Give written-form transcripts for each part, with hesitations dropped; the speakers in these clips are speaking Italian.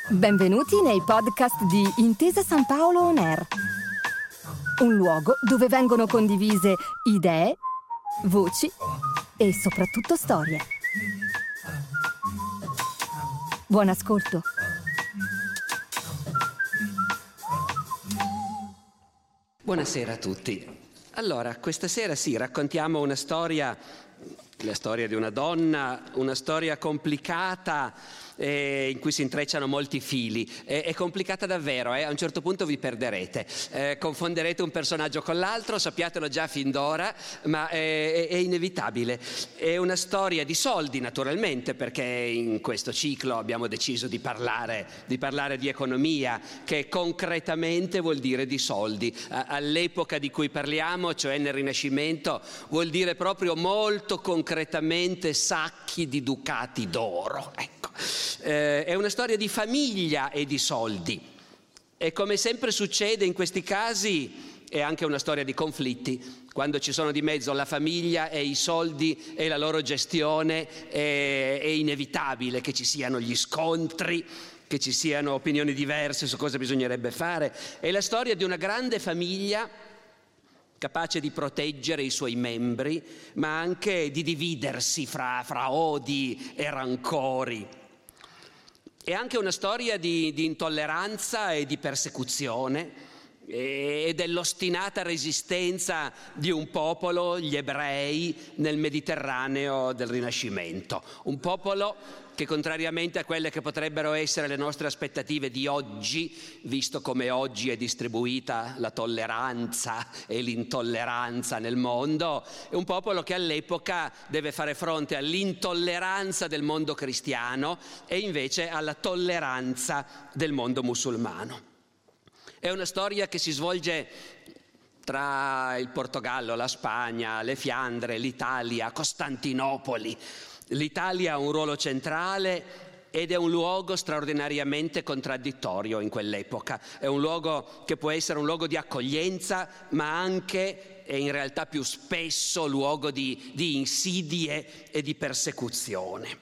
Benvenuti nei podcast di Intesa San Paolo On Air, un luogo dove vengono condivise idee, voci e soprattutto storie. Buon ascolto. Buonasera a tutti. Allora, questa sera raccontiamo una storia, la storia di una donna, una storia complicata in cui si intrecciano molti fili. È complicata davvero, a un certo punto vi perderete, confonderete un personaggio con l'altro, sappiatelo già fin d'ora, ma è inevitabile. È una storia di soldi, naturalmente, perché in questo ciclo abbiamo deciso di parlare di economia, che concretamente vuol dire di soldi. All'epoca di cui parliamo, cioè nel Rinascimento, vuol dire proprio molto concretamente sacchi di ducati d'oro, ecco. È una storia di famiglia e di soldi, e come sempre succede in questi casi è anche una storia di conflitti. Quando ci sono di mezzo la famiglia e i soldi e la loro gestione, è inevitabile che ci siano gli scontri, che ci siano opinioni diverse su cosa bisognerebbe fare. È la storia di una grande famiglia capace di proteggere i suoi membri, ma anche di dividersi fra odi e rancori. È anche una storia di intolleranza e di persecuzione e dell'ostinata resistenza di un popolo, gli ebrei, nel Mediterraneo del Rinascimento. Un popolo che, contrariamente a quelle che potrebbero essere le nostre aspettative di oggi, visto come oggi è distribuita la tolleranza e l'intolleranza nel mondo, è un popolo che all'epoca deve fare fronte all'intolleranza del mondo cristiano e invece alla tolleranza del mondo musulmano. È una storia che si svolge tra il Portogallo, la Spagna, le Fiandre, l'Italia, Costantinopoli. L'Italia ha un ruolo centrale ed è un luogo straordinariamente contraddittorio in quell'epoca. È un luogo che può essere un luogo di accoglienza, ma anche, e in realtà più spesso, luogo di insidie e di persecuzione.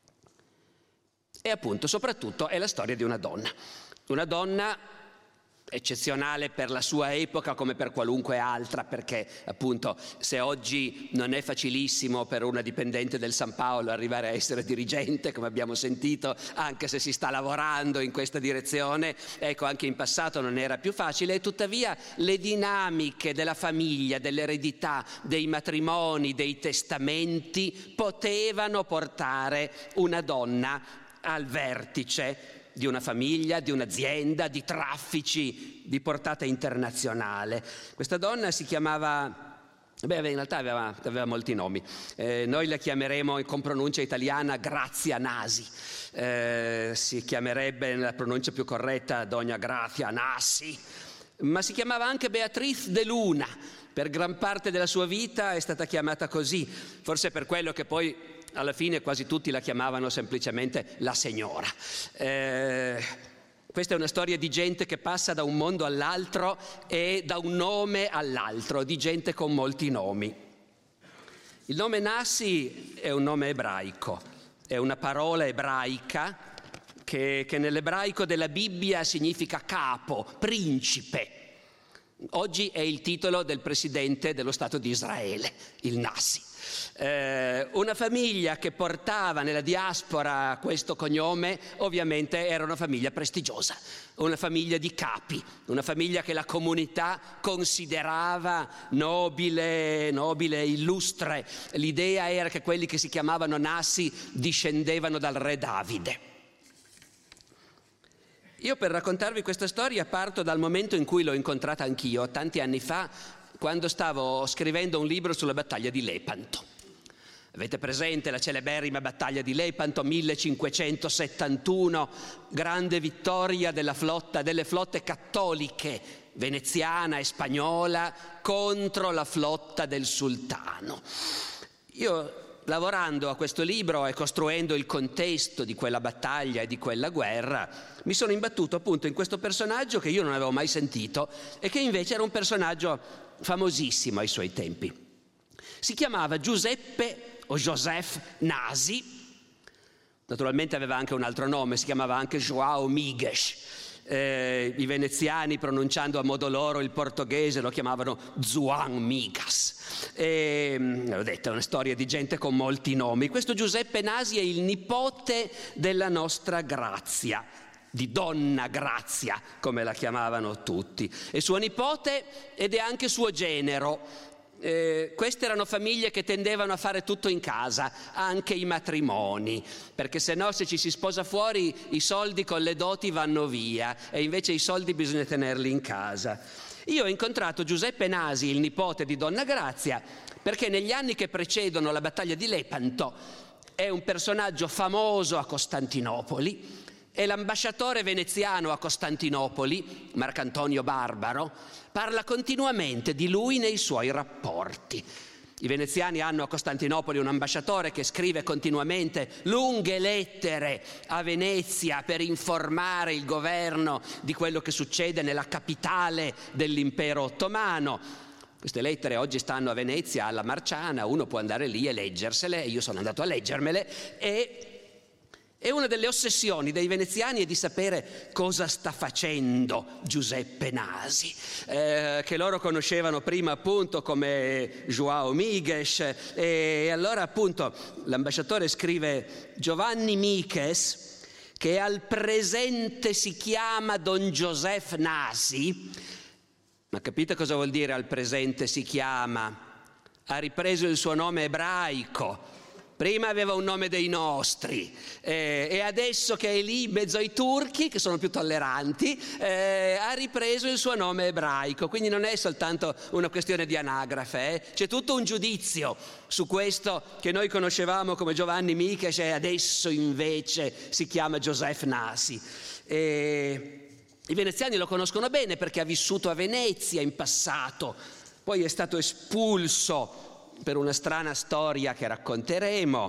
E appunto, soprattutto, è la storia di una donna eccezionale per la sua epoca come per qualunque altra, perché appunto se oggi non è facilissimo per una dipendente del San Paolo arrivare a essere dirigente, come abbiamo sentito, anche se si sta lavorando in questa direzione, ecco, anche in passato non era più facile, e tuttavia le dinamiche della famiglia, dell'eredità, dei matrimoni, dei testamenti potevano portare una donna al vertice di una famiglia, di un'azienda, di traffici di portata internazionale. Questa donna si chiamava, in realtà aveva molti nomi. Noi la chiameremo con pronuncia italiana Grazia Nasi. Si chiamerebbe, nella pronuncia più corretta, Donna Grazia Nasi. Ma si chiamava anche Beatriz de Luna. Per gran parte della sua vita è stata chiamata così, forse per quello che poi alla fine quasi tutti la chiamavano semplicemente la signora. Questa è una storia di gente che passa da un mondo all'altro e da un nome all'altro, di gente con molti nomi. Il nome Nasi è un nome ebraico, è una parola ebraica che nell'ebraico della Bibbia significa capo, principe. Oggi è il titolo del presidente dello Stato di Israele, il Nasi. Una famiglia che portava nella diaspora questo cognome ovviamente era una famiglia prestigiosa, una famiglia di capi, una famiglia che la comunità considerava nobile, illustre. L'idea era che quelli che si chiamavano Nasi discendevano dal re Davide. Io, per raccontarvi questa storia, parto dal momento in cui l'ho incontrata anch'io, tanti anni fa, quando stavo scrivendo un libro sulla battaglia di Lepanto. Avete presente la celeberrima battaglia di Lepanto, 1571, grande vittoria delle flotte cattoliche, veneziana e spagnola, contro la flotta del sultano. Io, lavorando a questo libro e costruendo il contesto di quella battaglia e di quella guerra, mi sono imbattuto appunto in questo personaggio che io non avevo mai sentito e che invece era un personaggio famosissimo ai suoi tempi. Si chiamava Giuseppe o Joseph Nasi, Naturalmente aveva anche un altro nome, si chiamava anche João Migas. I veneziani, pronunciando a modo loro il portoghese, lo chiamavano João Migas. L'ho detto, è una storia di gente con molti nomi. Questo Giuseppe Nasi è il nipote della nostra Grazia, di Donna Grazia, come la chiamavano tutti. È suo nipote ed è anche suo genero. Queste erano famiglie che tendevano a fare tutto in casa, anche i matrimoni, perché se no, se ci si sposa fuori, i soldi con le doti vanno via e invece i soldi bisogna tenerli in casa. Io ho incontrato Giuseppe Nasi, il nipote di Donna Grazia, perché negli anni che precedono la battaglia di Lepanto è un personaggio famoso a Costantinopoli e l'ambasciatore veneziano a Costantinopoli, Marcantonio Barbaro, parla continuamente di lui nei suoi rapporti. I veneziani hanno a Costantinopoli un ambasciatore che scrive continuamente lunghe lettere a Venezia per informare il governo di quello che succede nella capitale dell'impero ottomano. Queste lettere oggi stanno a Venezia, alla Marciana, uno può andare lì e leggersele, io sono andato a leggermele e una delle ossessioni dei veneziani è di sapere cosa sta facendo Giuseppe Nasi, che loro conoscevano prima appunto come João Migas, e allora appunto l'ambasciatore scrive Giovanni Miches, che al presente si chiama Don Joseph Nasi. Ma capite cosa vuol dire al presente si chiama? Ha ripreso il suo nome ebraico. Prima aveva un nome dei nostri e adesso che è lì in mezzo ai turchi, che sono più tolleranti, ha ripreso il suo nome ebraico. Quindi non è soltanto una questione di anagrafe, c'è tutto un giudizio su questo che noi conoscevamo come Giovanni Miches e adesso invece si chiama Joseph Nasi. I veneziani lo conoscono bene perché ha vissuto a Venezia in passato, poi è stato espulso per una strana storia che racconteremo,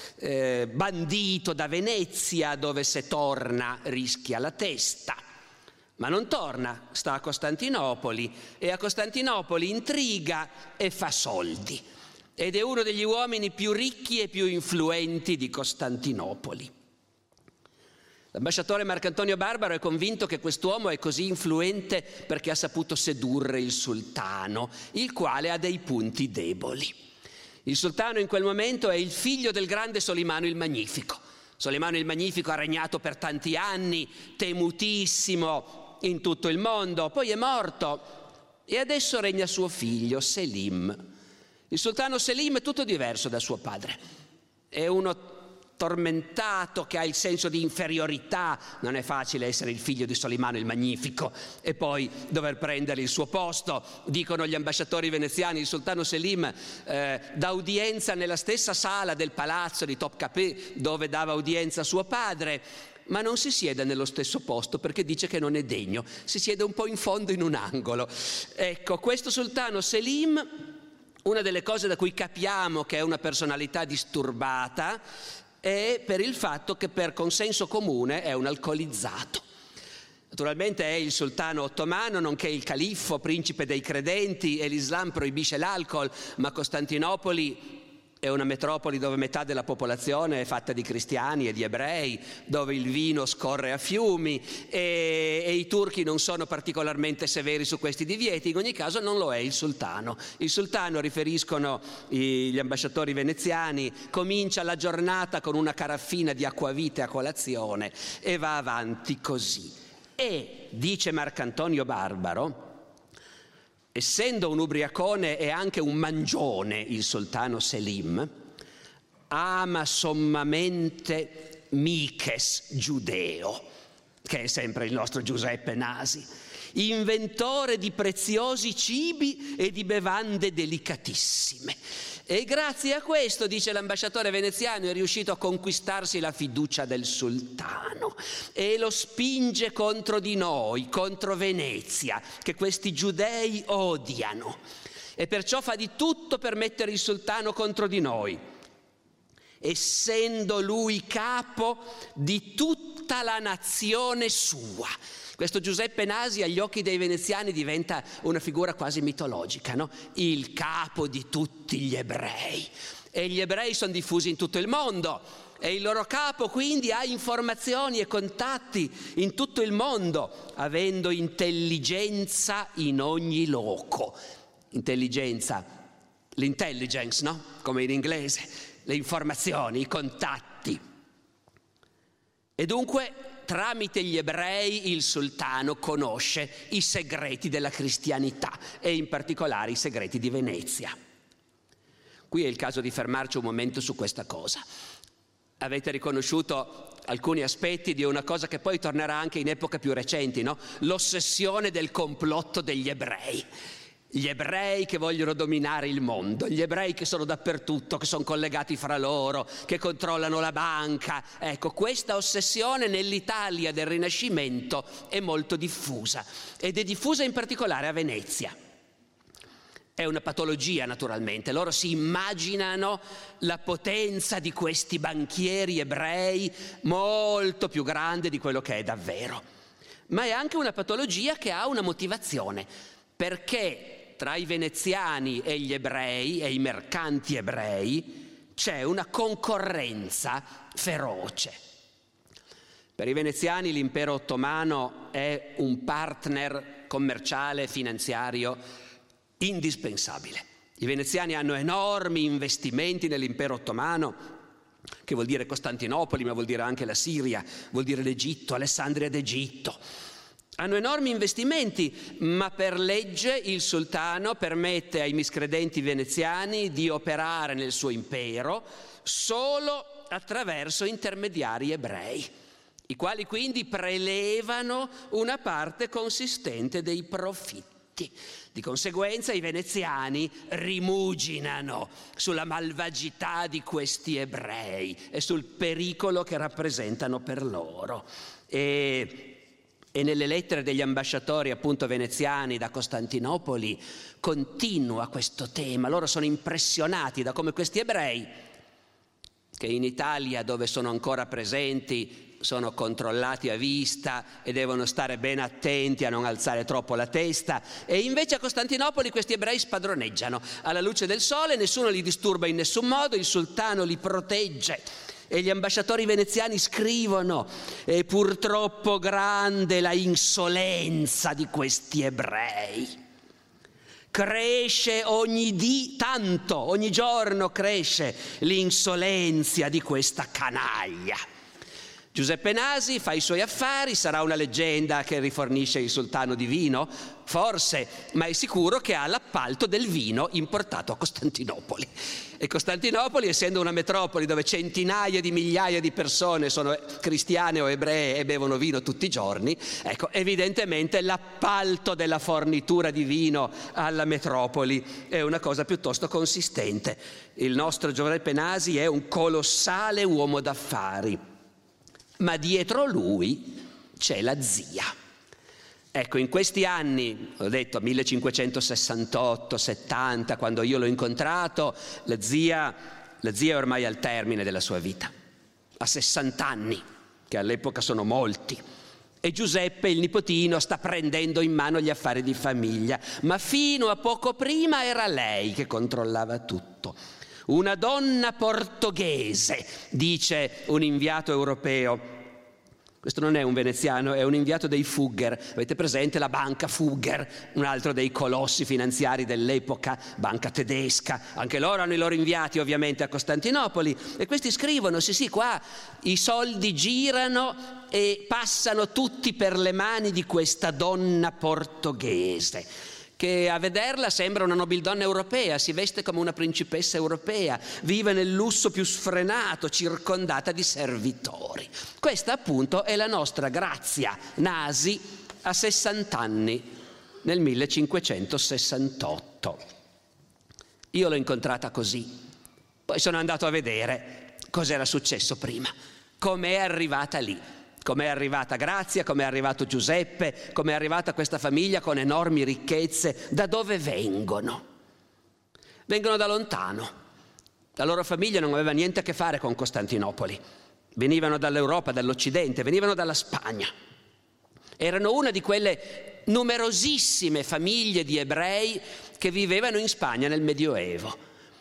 bandito da Venezia, dove se torna rischia la testa. Ma non torna, sta a Costantinopoli e a Costantinopoli intriga e fa soldi. Ed è uno degli uomini più ricchi e più influenti di Costantinopoli. L'ambasciatore Marcantonio Barbaro è convinto che quest'uomo è così influente perché ha saputo sedurre il sultano, il quale ha dei punti deboli. Il sultano in quel momento è il figlio del grande Solimano il Magnifico. Solimano il Magnifico ha regnato per tanti anni, temutissimo in tutto il mondo, poi è morto e adesso regna suo figlio Selim. Il sultano Selim è tutto diverso da suo padre. È uno tormentato che ha il senso di inferiorità. Non è facile essere il figlio di Solimano il Magnifico e poi dover prendere il suo posto. Dicono gli ambasciatori veneziani, il sultano Selim dà udienza nella stessa sala del palazzo di Topkapı dove dava udienza suo padre, ma non si siede nello stesso posto perché dice che non è degno, si siede un po' in fondo in un angolo. Ecco, questo sultano Selim, una delle cose da cui capiamo che è una personalità disturbata è per il fatto che per consenso comune è un alcolizzato. Naturalmente è il sultano ottomano, nonché il califfo, principe dei credenti, e l'Islam proibisce l'alcol, ma Costantinopoli è una metropoli dove metà della popolazione è fatta di cristiani e di ebrei, dove il vino scorre a fiumi e i turchi non sono particolarmente severi su questi divieti. In ogni caso non lo è il sultano. Il sultano, riferiscono gli ambasciatori veneziani, comincia la giornata con una caraffina di acquavite a colazione e va avanti così. E, dice Marcantonio Barbaro, essendo un ubriacone e anche un mangione, il sultano Selim ama sommamente Miches Giudeo, che è sempre il nostro Giuseppe Nasi, inventore di preziosi cibi e di bevande delicatissime. E grazie a questo, dice l'ambasciatore veneziano, è riuscito a conquistarsi la fiducia del sultano e lo spinge contro di noi, contro Venezia, che questi giudei odiano, e perciò fa di tutto per mettere il sultano contro di noi, essendo lui capo di tutta la nazione sua. Questo Giuseppe Nasi agli occhi dei veneziani diventa una figura quasi mitologica, no? Il capo di tutti gli ebrei. E gli ebrei sono diffusi in tutto il mondo. e il loro capo quindi ha informazioni e contatti in tutto il mondo, avendo intelligenza in ogni loco. Intelligenza, l'intelligence, no? Come in inglese, le informazioni, i contatti. E dunque, tramite gli ebrei, il sultano conosce i segreti della cristianità e in particolare i segreti di Venezia. Qui è il caso di fermarci un momento su questa cosa. Avete riconosciuto alcuni aspetti di una cosa che poi tornerà anche in epoche più recenti, no? L'ossessione del complotto degli ebrei. Gli ebrei che vogliono dominare il mondo, gli ebrei che sono dappertutto, che sono collegati fra loro, che controllano la banca. Ecco, questa ossessione nell'Italia del Rinascimento è molto diffusa ed è diffusa in particolare a Venezia. È una patologia, naturalmente. Loro si immaginano la potenza di questi banchieri ebrei molto più grande di quello che è davvero. Ma è anche una patologia che ha una motivazione, perché tra i veneziani e gli ebrei e i mercanti ebrei c'è una concorrenza feroce. Per i veneziani l'impero ottomano è un partner commerciale e finanziario indispensabile. I veneziani hanno enormi investimenti nell'impero ottomano, che vuol dire Costantinopoli, ma vuol dire anche la Siria, vuol dire l'Egitto, Alessandria d'Egitto. Hanno enormi investimenti, ma per legge il sultano permette ai miscredenti veneziani di operare nel suo impero solo attraverso intermediari ebrei, i quali quindi prelevano una parte consistente dei profitti. Di conseguenza i veneziani rimuginano sulla malvagità di questi ebrei e sul pericolo che rappresentano per loro. E nelle lettere degli ambasciatori appunto veneziani da Costantinopoli continua questo tema. Loro sono impressionati da come questi ebrei, che in Italia dove sono ancora presenti sono controllati a vista e devono stare ben attenti a non alzare troppo la testa, e invece a Costantinopoli questi ebrei spadroneggiano alla luce del sole, nessuno li disturba in nessun modo, il sultano li protegge. E gli ambasciatori veneziani scrivono: è purtroppo grande la insolenza di questi ebrei. Cresce ogni giorno cresce l'insolenzia di questa canaglia. Giuseppe Nasi fa i suoi affari, sarà una leggenda che rifornisce il sultano di vino, forse, ma è sicuro che ha l'appalto del vino importato a Costantinopoli. E Costantinopoli, essendo una metropoli dove centinaia di migliaia di persone sono cristiane o ebree e bevono vino tutti i giorni, ecco, evidentemente l'appalto della fornitura di vino alla metropoli è una cosa piuttosto consistente. Il nostro Giuseppe Nasi è un colossale uomo d'affari, ma dietro lui c'è la zia. Ecco, in questi anni, ho detto 1568-70, quando io l'ho incontrato, la zia è ormai al termine della sua vita, ha 60 anni, che all'epoca sono molti, e Giuseppe, il nipotino, sta prendendo in mano gli affari di famiglia, ma fino a poco prima era lei che controllava tutto. Una donna portoghese, dice un inviato europeo. Questo non è un veneziano, è un inviato dei Fugger. Avete presente la banca Fugger, un altro dei colossi finanziari dell'epoca, banca tedesca. Anche loro hanno i loro inviati ovviamente a Costantinopoli. E questi scrivono, sì, qua i soldi girano e passano tutti per le mani di questa donna portoghese, che a vederla sembra una nobildonna europea, si veste come una principessa europea, vive nel lusso più sfrenato, circondata di servitori. Questa appunto è la nostra Grazia Nasi a 60 anni, nel 1568. Io l'ho incontrata così, poi sono andato a vedere cos'era successo prima, com'è arrivata lì. Com'è arrivata Grazia, com'è arrivato Giuseppe, com'è arrivata questa famiglia con enormi ricchezze, da dove vengono? Vengono da lontano. La loro famiglia non aveva niente a che fare con Costantinopoli. Venivano dall'Europa, dall'Occidente, venivano dalla Spagna. Erano una di quelle numerosissime famiglie di ebrei che vivevano in Spagna nel Medioevo.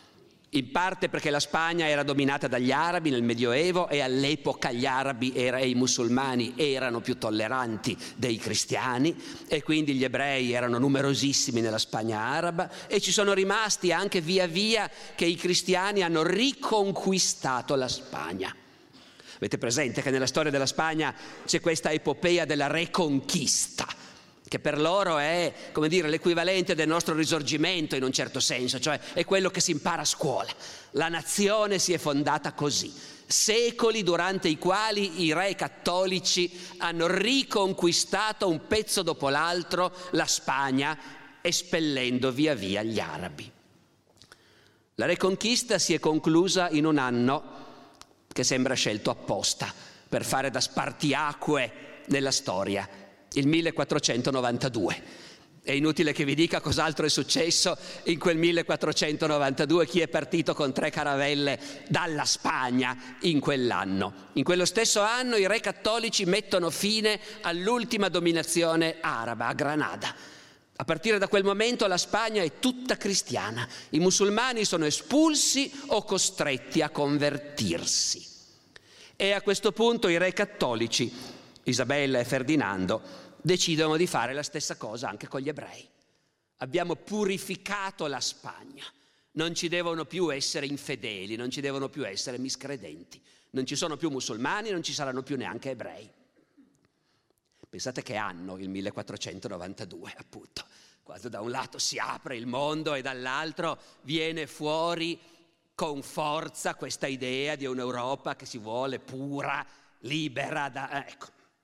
in parte perché la Spagna era dominata dagli arabi nel Medioevo e all'epoca gli arabi e i musulmani erano più tolleranti dei cristiani e quindi gli ebrei erano numerosissimi nella Spagna araba e ci sono rimasti anche via via che i cristiani hanno riconquistato la Spagna. Avete presente che nella storia della Spagna c'è questa epopea della Reconquista, che per loro è, come dire, l'equivalente del nostro risorgimento in un certo senso, cioè è quello che si impara a scuola. La nazione si è fondata così, secoli durante i quali i re cattolici hanno riconquistato un pezzo dopo l'altro la Spagna, espellendo via via gli arabi. La Reconquista si è conclusa in un anno che sembra scelto apposta per fare da spartiacque nella storia, il 1492. È inutile che vi dica cos'altro è successo in quel 1492, chi è partito con 3 caravelle dalla Spagna in quell'anno. In quello stesso anno i re cattolici mettono fine all'ultima dominazione araba a Granada. A partire da quel momento la Spagna è tutta cristiana. I musulmani sono espulsi o costretti a convertirsi. E a questo punto i re cattolici, Isabella e Ferdinando, decidono di fare la stessa cosa anche con gli ebrei. Abbiamo purificato la Spagna. Non ci devono più essere infedeli, non ci devono più essere miscredenti. Non ci sono più musulmani, non ci saranno più neanche ebrei. Pensate che anno il 1492, appunto, quando da un lato si apre il mondo e dall'altro viene fuori con forza questa idea di un'Europa che si vuole pura, libera. Ecco.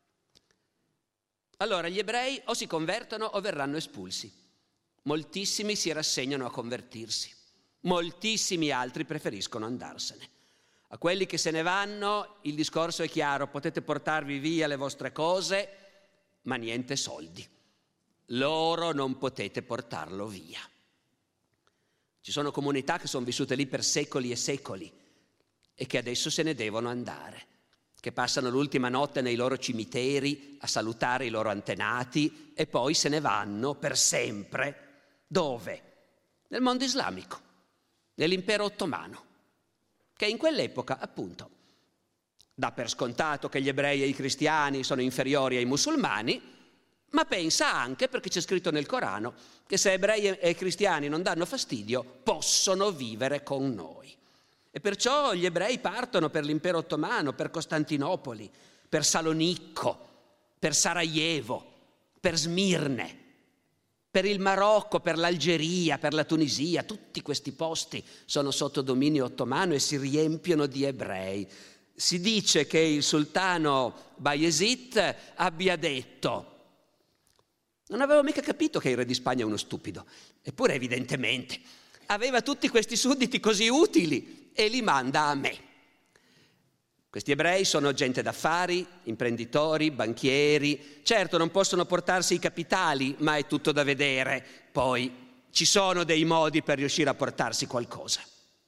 Allora gli ebrei o si convertono o verranno espulsi. Moltissimi si rassegnano a convertirsi, moltissimi altri preferiscono andarsene. A quelli che se ne vanno il discorso è chiaro: potete portarvi via le vostre cose, ma niente soldi. Loro non potete portarlo via. Ci sono comunità che sono vissute lì per secoli e secoli e che adesso se ne devono andare, che passano l'ultima notte nei loro cimiteri a salutare i loro antenati e poi se ne vanno per sempre. Dove? Nel mondo islamico, nell'impero ottomano, che in quell'epoca, appunto, dà per scontato che gli ebrei e i cristiani sono inferiori ai musulmani, ma pensa anche, perché c'è scritto nel Corano, che se ebrei e cristiani non danno fastidio, possono vivere con noi. E perciò gli ebrei partono per l'impero ottomano, per Costantinopoli, per Salonicco, per Sarajevo, per Smirne, per il Marocco, per l'Algeria, per la Tunisia. Tutti questi posti sono sotto dominio ottomano e si riempiono di ebrei. Si dice che il sultano Bayezid abbia detto: non avevo mica capito che il re di Spagna è uno stupido, eppure evidentemente aveva tutti questi sudditi così utili e li manda a me. Questi ebrei sono gente d'affari, imprenditori, banchieri. Certo, non possono portarsi i capitali, ma è tutto da vedere. Poi ci sono dei modi per riuscire a portarsi qualcosa.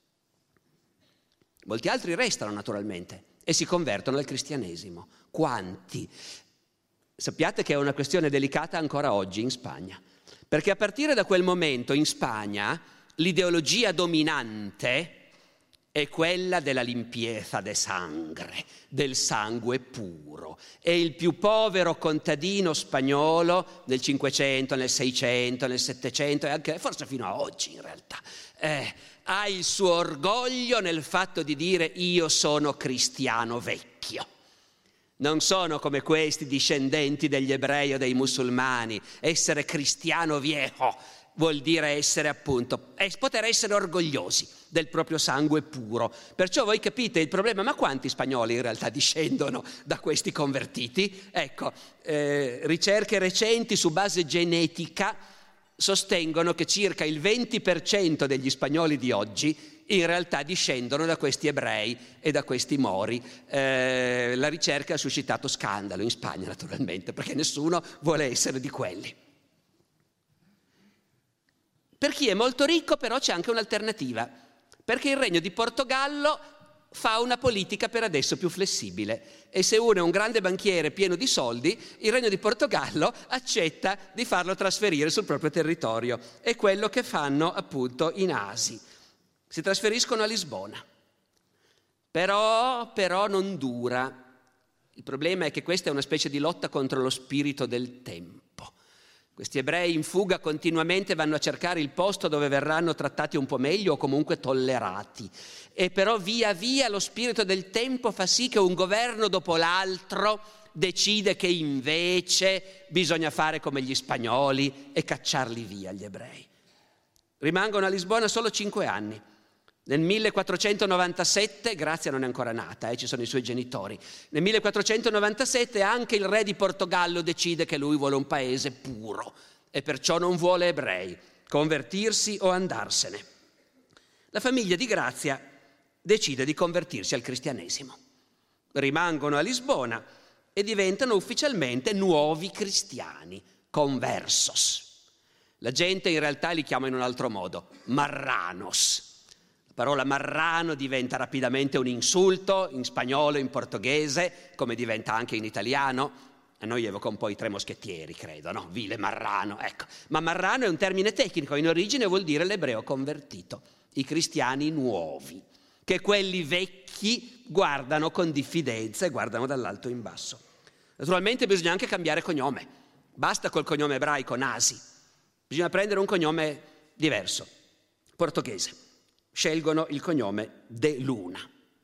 Molti altri restano naturalmente e si convertono al cristianesimo. Quanti? Sappiate che è una questione delicata ancora oggi in Spagna, perché a partire da quel momento in Spagna l'ideologia dominante è quella della limpieza de sangre, del sangue puro. E il più povero contadino spagnolo nel 500, nel 600, nel 700 e anche forse fino a oggi in realtà ha il suo orgoglio nel fatto di dire: io sono cristiano vecchio. Non sono come questi discendenti degli ebrei o dei musulmani. Essere cristiano viejo vuol dire essere appunto, poter essere orgogliosi del proprio sangue puro. Perciò voi capite il problema: ma quanti spagnoli in realtà discendono da questi convertiti? Ecco, ricerche recenti su base genetica sostengono che circa il 20% degli spagnoli di oggi in realtà discendono da questi ebrei e da questi mori. La ricerca ha suscitato scandalo in Spagna naturalmente, perché nessuno vuole essere di quelli. Per chi è molto ricco però c'è anche un'alternativa, perché il Regno di Portogallo fa una politica per adesso più flessibile e se uno è un grande banchiere pieno di soldi, il Regno di Portogallo accetta di farlo trasferire sul proprio territorio. È quello che fanno appunto i nasi. Si trasferiscono a Lisbona. Però non dura. Il problema è che questa è una specie di lotta contro lo spirito del tempo. Questi ebrei in fuga continuamente vanno a cercare il posto dove verranno trattati un po' meglio o comunque tollerati. E però via via lo spirito del tempo fa sì che un governo dopo l'altro decide che invece bisogna fare come gli spagnoli e cacciarli via gli ebrei. Rimangono a Lisbona solo 5 anni. Nel 1497, Grazia non è ancora nata, ci sono i suoi genitori, nel 1497 anche il re di Portogallo decide che lui vuole un paese puro e perciò non vuole ebrei, convertirsi o andarsene. La famiglia di Grazia decide di convertirsi al cristianesimo. Rimangono a Lisbona e diventano ufficialmente nuovi cristiani, conversos. La gente in realtà li chiama in un altro modo, marranos. La parola marrano diventa rapidamente un insulto in spagnolo, in portoghese, come diventa anche in italiano. A noi evoca un po' i Tre Moschettieri, credo, no? Vile marrano, ecco. Ma marrano è un termine tecnico, in origine vuol dire l'ebreo convertito, i cristiani nuovi, che quelli vecchi guardano con diffidenza e guardano dall'alto in basso. Naturalmente bisogna anche cambiare cognome. Basta col cognome ebraico, Nasi. Bisogna prendere un cognome diverso, portoghese. Scelgono il cognome De Luna.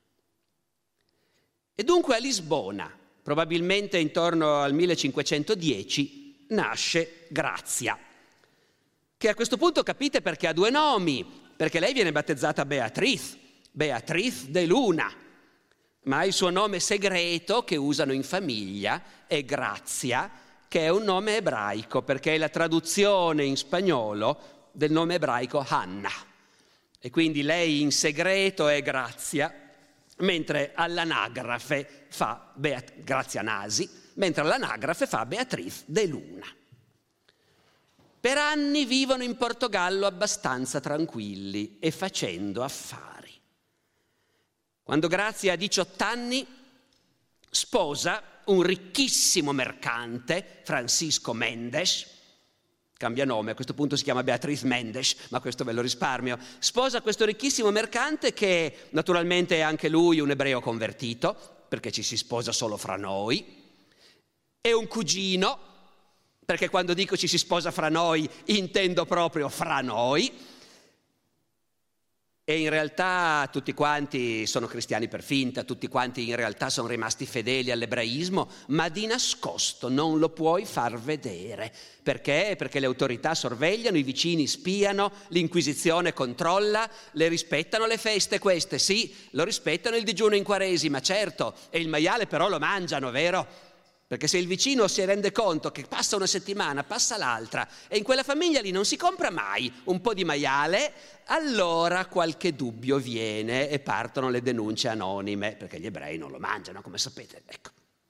E dunque a Lisbona, probabilmente intorno al 1510, nasce Grazia, che a questo punto capite perché ha 2 nomi, perché lei viene battezzata Beatriz De Luna, ma il suo nome segreto che usano in famiglia è Grazia, che è un nome ebraico, perché è la traduzione in spagnolo del nome ebraico Hanna. E quindi lei in segreto è Grazia, mentre all'anagrafe fa Grazia Nasi, mentre all'anagrafe fa Beatriz de Luna. Per anni vivono in Portogallo abbastanza tranquilli e facendo affari. Quando Grazia ha 18 anni, sposa un ricchissimo mercante, Francisco Mendes, cambia nome, a questo punto si chiama Beatriz Mendes, ma questo ve lo risparmio. Sposa questo ricchissimo mercante che naturalmente è anche lui un ebreo convertito, perché ci si sposa solo fra noi, e un cugino, perché quando dico ci si sposa fra noi intendo proprio fra noi, e in realtà tutti quanti sono cristiani per finta, tutti quanti in realtà sono rimasti fedeli all'ebraismo, ma di nascosto non lo puoi far vedere. Perché? Perché le autorità sorvegliano, i vicini spiano, l'Inquisizione controlla, le rispettano le feste queste, sì, lo rispettano il digiuno in Quaresima, certo, e il maiale però lo mangiano, vero? Perché se il vicino si rende conto che passa una settimana, passa l'altra, e in quella famiglia lì non si compra mai un po' di maiale, allora qualche dubbio viene e partono le denunce anonime, perché gli ebrei non lo mangiano, come sapete. Ecco.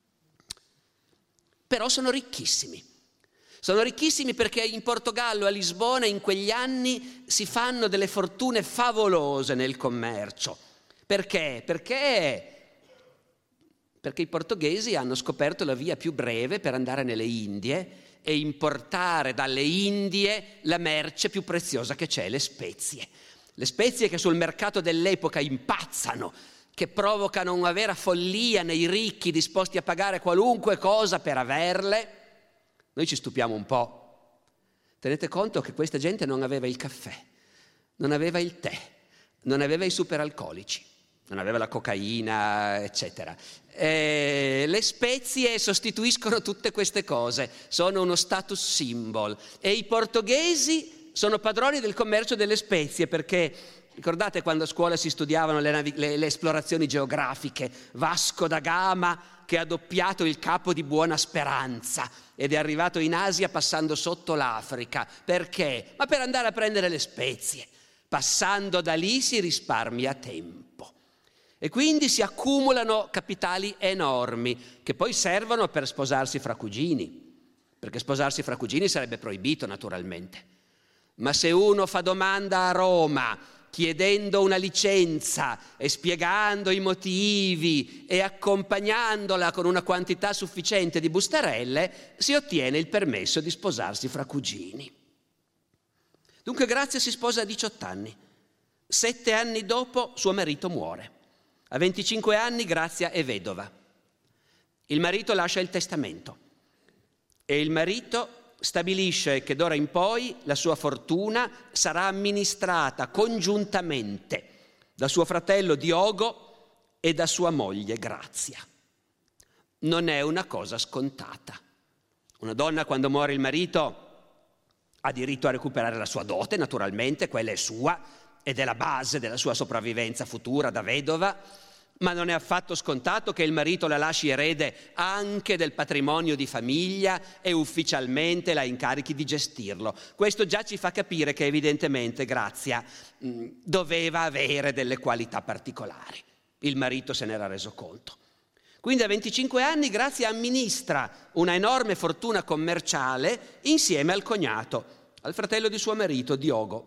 Però sono ricchissimi. Sono ricchissimi perché in Portogallo, a Lisbona, in quegli anni si fanno delle fortune favolose nel commercio. Perché? Perché i portoghesi hanno scoperto la via più breve per andare nelle Indie e importare dalle Indie la merce più preziosa che c'è, le spezie. Le spezie che sul mercato dell'epoca impazzano, che provocano una vera follia nei ricchi disposti a pagare qualunque cosa per averle. Noi ci stupiamo un po'. Tenete conto che questa gente non aveva il caffè, non aveva il tè, non aveva i superalcolici, non aveva la cocaina, eccetera. Le spezie sostituiscono tutte queste cose, sono uno status symbol, e i portoghesi sono padroni del commercio delle spezie, perché ricordate quando a scuola si studiavano le esplorazioni geografiche, Vasco da Gama che ha doppiato il Capo di Buona Speranza ed è arrivato in Asia passando sotto l'Africa. Perché? Ma per andare a prendere le spezie. Passando da lì si risparmia tempo. E quindi si accumulano capitali enormi che poi servono per sposarsi fra cugini, perché sposarsi fra cugini sarebbe proibito naturalmente. Ma se uno fa domanda a Roma chiedendo una licenza e spiegando i motivi e accompagnandola con una quantità sufficiente di bustarelle, si ottiene il permesso di sposarsi fra cugini. Dunque Grazia si sposa a 18 anni. 7 anni dopo suo marito muore. A 25 anni Grazia è vedova. Il marito lascia il testamento e il marito stabilisce che d'ora in poi la sua fortuna sarà amministrata congiuntamente da suo fratello Diogo e da sua moglie Grazia. Non è una cosa scontata. Una donna, quando muore il marito, ha diritto a recuperare la sua dote, naturalmente, quella è sua ed è la base della sua sopravvivenza futura da vedova, ma non è affatto scontato che il marito la lasci erede anche del patrimonio di famiglia e ufficialmente la incarichi di gestirlo. Questo già ci fa capire che evidentemente Grazia doveva avere delle qualità particolari. Il marito se n'era reso conto. Quindi a 25 anni Grazia amministra una enorme fortuna commerciale insieme al cognato, al fratello di suo marito, Diogo,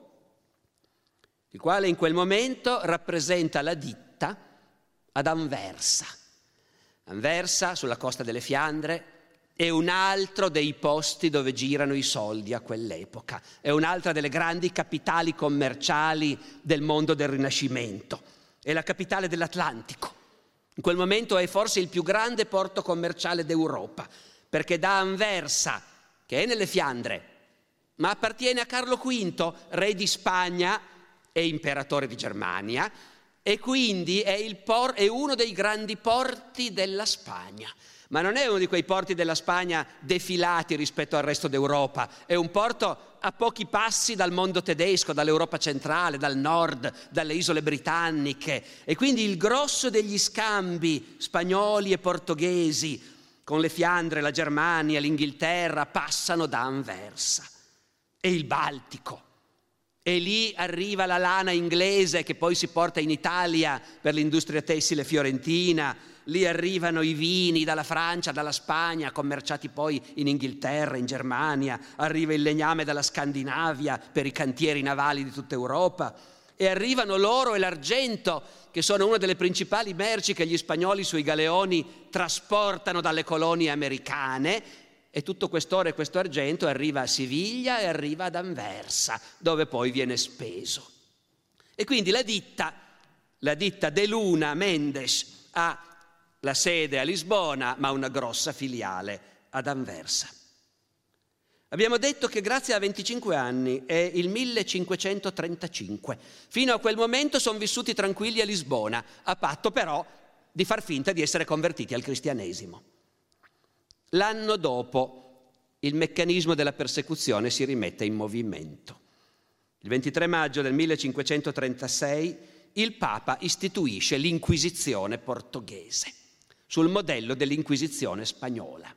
il quale in quel momento rappresenta la ditta ad Anversa. Anversa, sulla costa delle Fiandre, è un altro dei posti dove girano i soldi a quell'epoca. È un'altra delle grandi capitali commerciali del mondo del Rinascimento. È la capitale dell'Atlantico. In quel momento è forse il più grande porto commerciale d'Europa, perché da Anversa, che è nelle Fiandre, ma appartiene a Carlo V, re di Spagna e imperatore di Germania, e quindi è uno dei grandi porti della Spagna. Ma non è uno di quei porti della Spagna defilati rispetto al resto d'Europa, è un porto a pochi passi dal mondo tedesco, dall'Europa centrale, dal nord, dalle isole britanniche, e quindi il grosso degli scambi spagnoli e portoghesi con le Fiandre, la Germania, l'Inghilterra passano da Anversa e il Baltico. E lì arriva la lana inglese che poi si porta in Italia per l'industria tessile fiorentina, lì arrivano i vini dalla Francia, dalla Spagna, commerciati poi in Inghilterra, in Germania, arriva il legname dalla Scandinavia per i cantieri navali di tutta Europa e arrivano l'oro e l'argento, che sono una delle principali merci che gli spagnoli sui galeoni trasportano dalle colonie americane. E tutto quest'oro e questo argento arriva a Siviglia e arriva ad Anversa, dove poi viene speso. E quindi la ditta De Luna Mendes ha la sede a Lisbona, ma una grossa filiale ad Anversa. Abbiamo detto che Grazia ha 25 anni, è il 1535. Fino a quel momento sono vissuti tranquilli a Lisbona, a patto però di far finta di essere convertiti al cristianesimo. L'anno dopo il meccanismo della persecuzione si rimette in movimento. Il 23 maggio del 1536 il Papa istituisce l'Inquisizione portoghese, sul modello dell'Inquisizione spagnola.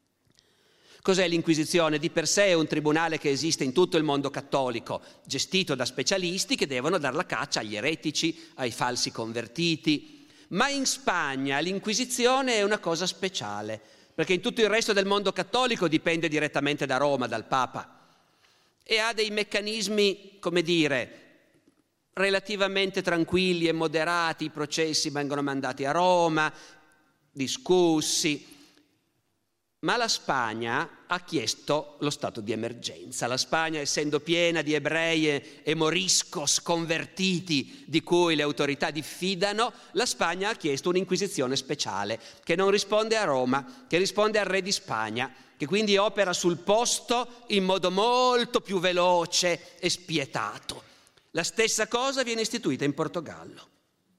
Cos'è l'Inquisizione? Di per sé è un tribunale che esiste in tutto il mondo cattolico, gestito da specialisti che devono dar la caccia agli eretici, ai falsi convertiti. Ma in Spagna l'Inquisizione è una cosa speciale, perché in tutto il resto del mondo cattolico dipende direttamente da Roma, dal Papa, e ha dei meccanismi, come dire, relativamente tranquilli e moderati. I processi vengono mandati a Roma, discussi, ma la Spagna ha chiesto lo stato di emergenza. La Spagna, essendo piena di ebrei e moriscos convertiti di cui le autorità diffidano, la Spagna ha chiesto un'inquisizione speciale che non risponde a Roma, che risponde al re di Spagna, che quindi opera sul posto in modo molto più veloce e spietato. La stessa cosa viene istituita in Portogallo.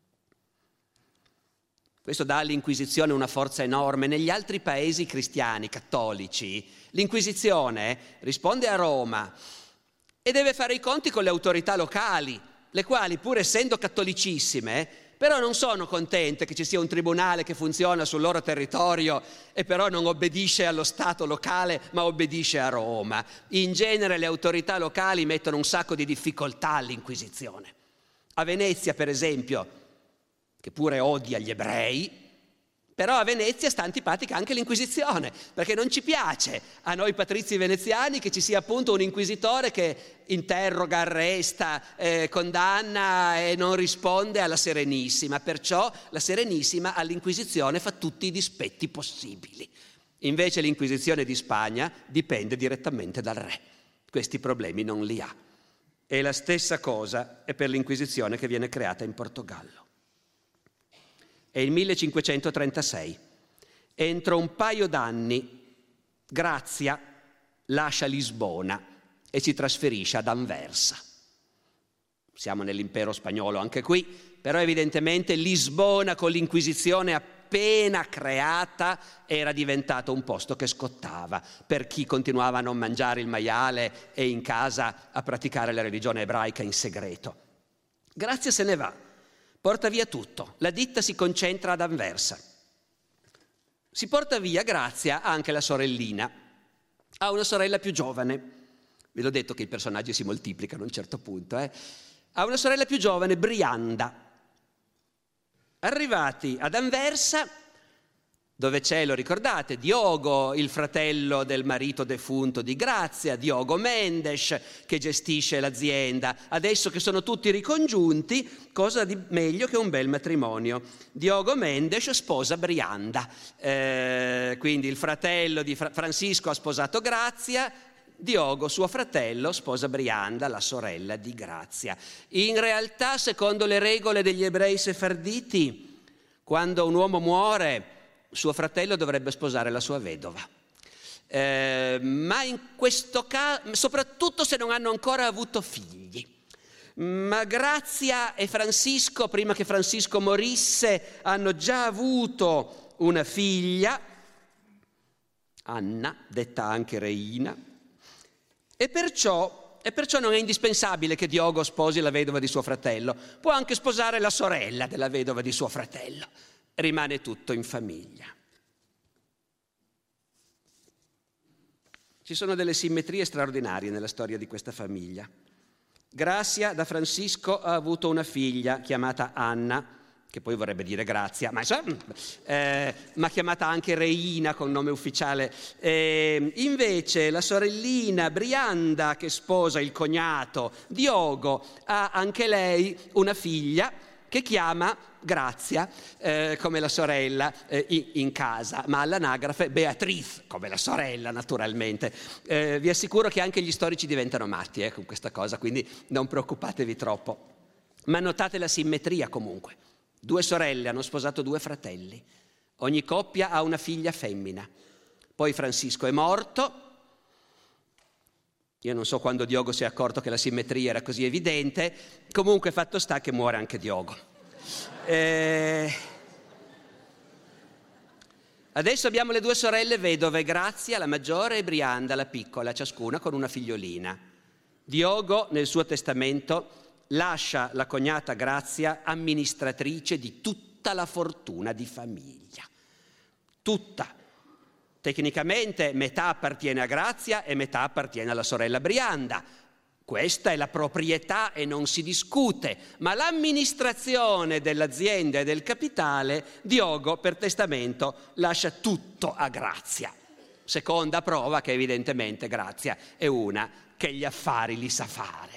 Questo dà all'Inquisizione una forza enorme. Negli altri paesi cristiani, cattolici, l'Inquisizione risponde a Roma e deve fare i conti con le autorità locali, le quali, pur essendo cattolicissime, però non sono contente che ci sia un tribunale che funziona sul loro territorio e però non obbedisce allo Stato locale, ma obbedisce a Roma. In genere le autorità locali mettono un sacco di difficoltà all'Inquisizione. A Venezia, per esempio, che pure odia gli ebrei, però a Venezia sta antipatica anche l'Inquisizione, perché non ci piace a noi patrizi veneziani che ci sia appunto un inquisitore che interroga, arresta, condanna e non risponde alla Serenissima. Perciò la Serenissima all'Inquisizione fa tutti i dispetti possibili. Invece l'Inquisizione di Spagna dipende direttamente dal re. Questi problemi non li ha. E la stessa cosa è per l'Inquisizione che viene creata in Portogallo. È il 1536. Entro un paio d'anni Grazia lascia Lisbona e si trasferisce ad Anversa. Siamo nell'impero spagnolo anche qui, però evidentemente Lisbona con l'Inquisizione appena creata era diventato un posto che scottava per chi continuava a non mangiare il maiale e in casa a praticare la religione ebraica in segreto. Grazia se ne va, porta via tutto, la ditta si concentra ad Anversa. Si porta via Grazia anche la sorellina, ha una sorella più giovane, ve l'ho detto che i personaggi si moltiplicano a un certo punto, Ha una sorella più giovane, Brianda. Arrivati ad Anversa, dove c'è, lo ricordate, Diogo, il fratello del marito defunto di Grazia, Diogo Mendes, che gestisce l'azienda. Adesso che sono tutti ricongiunti, cosa di meglio che un bel matrimonio? Diogo Mendes sposa Brianda. Quindi il fratello di Francisco ha sposato Grazia, Diogo, suo fratello, sposa Brianda, la sorella di Grazia. In realtà, secondo le regole degli ebrei sefarditi, quando un uomo muore, suo fratello dovrebbe sposare la sua vedova. Ma in questo caso, soprattutto se non hanno ancora avuto figli. Ma Grazia e Francisco, prima che Francisco morisse, hanno già avuto una figlia, Anna, detta anche Reina. E perciò non è indispensabile che Diogo sposi la vedova di suo fratello. Può anche sposare la sorella della vedova di suo fratello. Rimane tutto in famiglia. Ci sono delle simmetrie straordinarie nella storia di questa famiglia. Grazia da Francisco ha avuto una figlia chiamata Anna, che poi vorrebbe dire Grazia, ma chiamata anche Reina con nome ufficiale. Invece la sorellina Brianda, che sposa il cognato Diogo, ha anche lei una figlia che chiama Grazia, come la sorella in casa, ma all'anagrafe Beatriz, come la sorella naturalmente. Vi assicuro che anche gli storici diventano matti con questa cosa, quindi non preoccupatevi troppo. Ma notate la simmetria comunque. 2 sorelle hanno sposato 2 fratelli, ogni coppia ha una figlia femmina. Poi Francisco è morto, io non so quando Diogo si è accorto che la simmetria era così evidente, comunque fatto sta che muore anche Diogo. Adesso abbiamo le 2 sorelle vedove, Grazia, la maggiore, e Brianda, la piccola, ciascuna con una figliolina. Diogo nel suo testamento lascia la cognata Grazia amministratrice di tutta la fortuna di famiglia. Tutta. Tecnicamente metà appartiene a Grazia e metà appartiene alla sorella Brianda. Questa è la proprietà e non si discute, ma l'amministrazione dell'azienda e del capitale Diogo per testamento lascia tutto a Grazia. Seconda prova che evidentemente Grazia è una che gli affari li sa fare.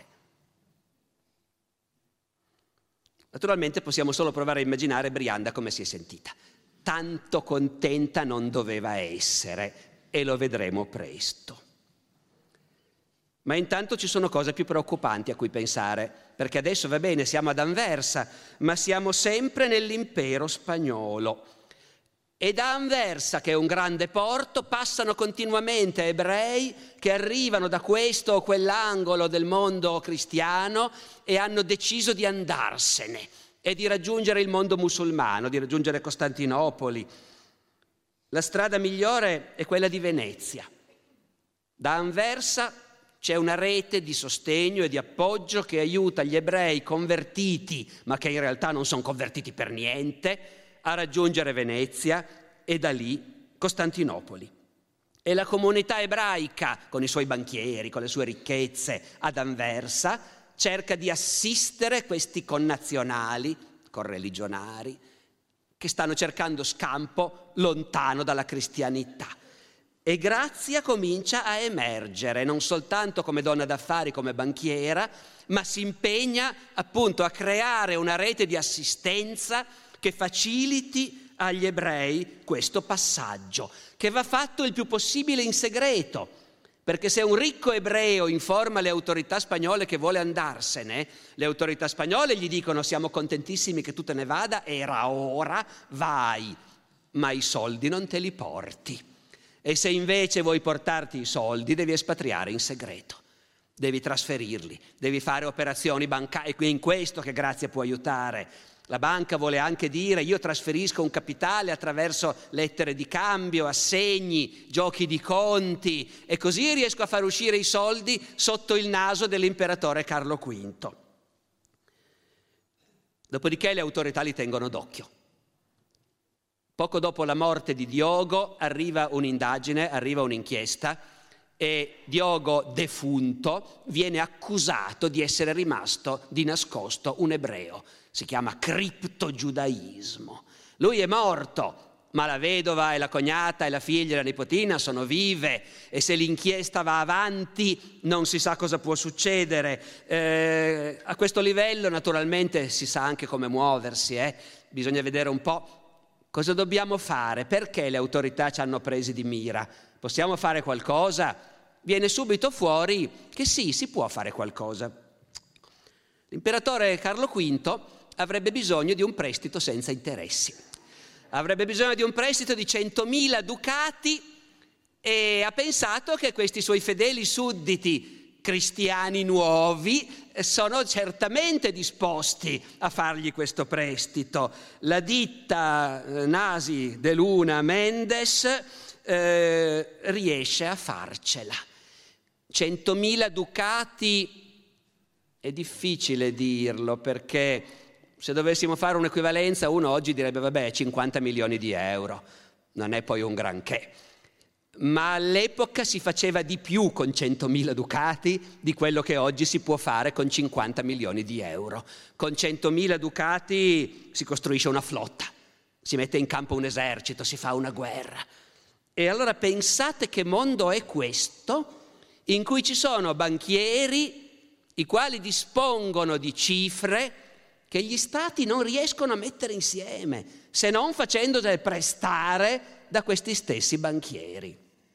Naturalmente possiamo solo provare a immaginare Brianda come si è sentita. Tanto contenta non doveva essere, e lo vedremo presto. Ma intanto ci sono cose più preoccupanti a cui pensare, perché adesso va bene, siamo ad Anversa, ma siamo sempre nell'impero spagnolo. E da Anversa, che è un grande porto, passano continuamente ebrei che arrivano da questo o quell'angolo del mondo cristiano e hanno deciso di andarsene e di raggiungere il mondo musulmano, di raggiungere Costantinopoli. La strada migliore è quella di Venezia. Da Anversa c'è una rete di sostegno e di appoggio che aiuta gli ebrei convertiti, ma che in realtà non sono convertiti per niente, a raggiungere Venezia e da lì Costantinopoli. E la comunità ebraica, con i suoi banchieri, con le sue ricchezze, ad Anversa, cerca di assistere questi connazionali, correligionari, che stanno cercando scampo lontano dalla cristianità. E Grazia comincia a emergere, non soltanto come donna d'affari, come banchiera, ma si impegna appunto a creare una rete di assistenza che faciliti agli ebrei questo passaggio, che va fatto il più possibile in segreto, Perché se un ricco ebreo informa le autorità spagnole che vuole andarsene, le autorità spagnole gli dicono: siamo contentissimi che tu te ne vada, era ora, vai, ma i soldi non te li porti. E se invece vuoi portarti i soldi, devi espatriare in segreto, devi trasferirli, devi fare operazioni bancarie. È in questo che Grazia può aiutare. La banca vuole anche dire: io trasferisco un capitale attraverso lettere di cambio, assegni, giochi di conti, e così riesco a far uscire i soldi sotto il naso dell'imperatore Carlo V. Dopodiché le autorità li tengono d'occhio. Poco dopo la morte di Diogo arriva un'indagine, arriva un'inchiesta, e Diogo defunto viene accusato di essere rimasto di nascosto un ebreo. Si chiama criptogiudaismo. Lui è morto, ma la vedova e la cognata e la figlia e la nipotina sono vive, e se l'inchiesta va avanti non si sa cosa può succedere. A questo livello naturalmente si sa anche come muoversi, bisogna vedere un po' cosa dobbiamo fare, perché le autorità ci hanno presi di mira. Possiamo fare qualcosa? Viene subito fuori che sì, si può fare qualcosa. L'imperatore Carlo V avrebbe bisogno di un prestito senza interessi. Avrebbe bisogno di un prestito di 100.000 ducati e ha pensato che questi suoi fedeli sudditi cristiani nuovi sono certamente disposti a fargli questo prestito. La ditta Nasi de Luna Mendes riesce a farcela. 100.000 ducati è difficile dirlo, perché se dovessimo fare un'equivalenza, uno oggi direbbe: vabbè, 50 milioni di euro, non è poi un granché. Ma all'epoca si faceva di più con 100.000 ducati di quello che oggi si può fare con 50 milioni di euro. Con 100.000 ducati si costruisce una flotta, si mette in campo un esercito, si fa una guerra. E allora pensate che mondo è questo, in cui ci sono banchieri i quali dispongono di cifre che gli stati non riescono a mettere insieme, se non facendole prestare da questi stessi banchieri.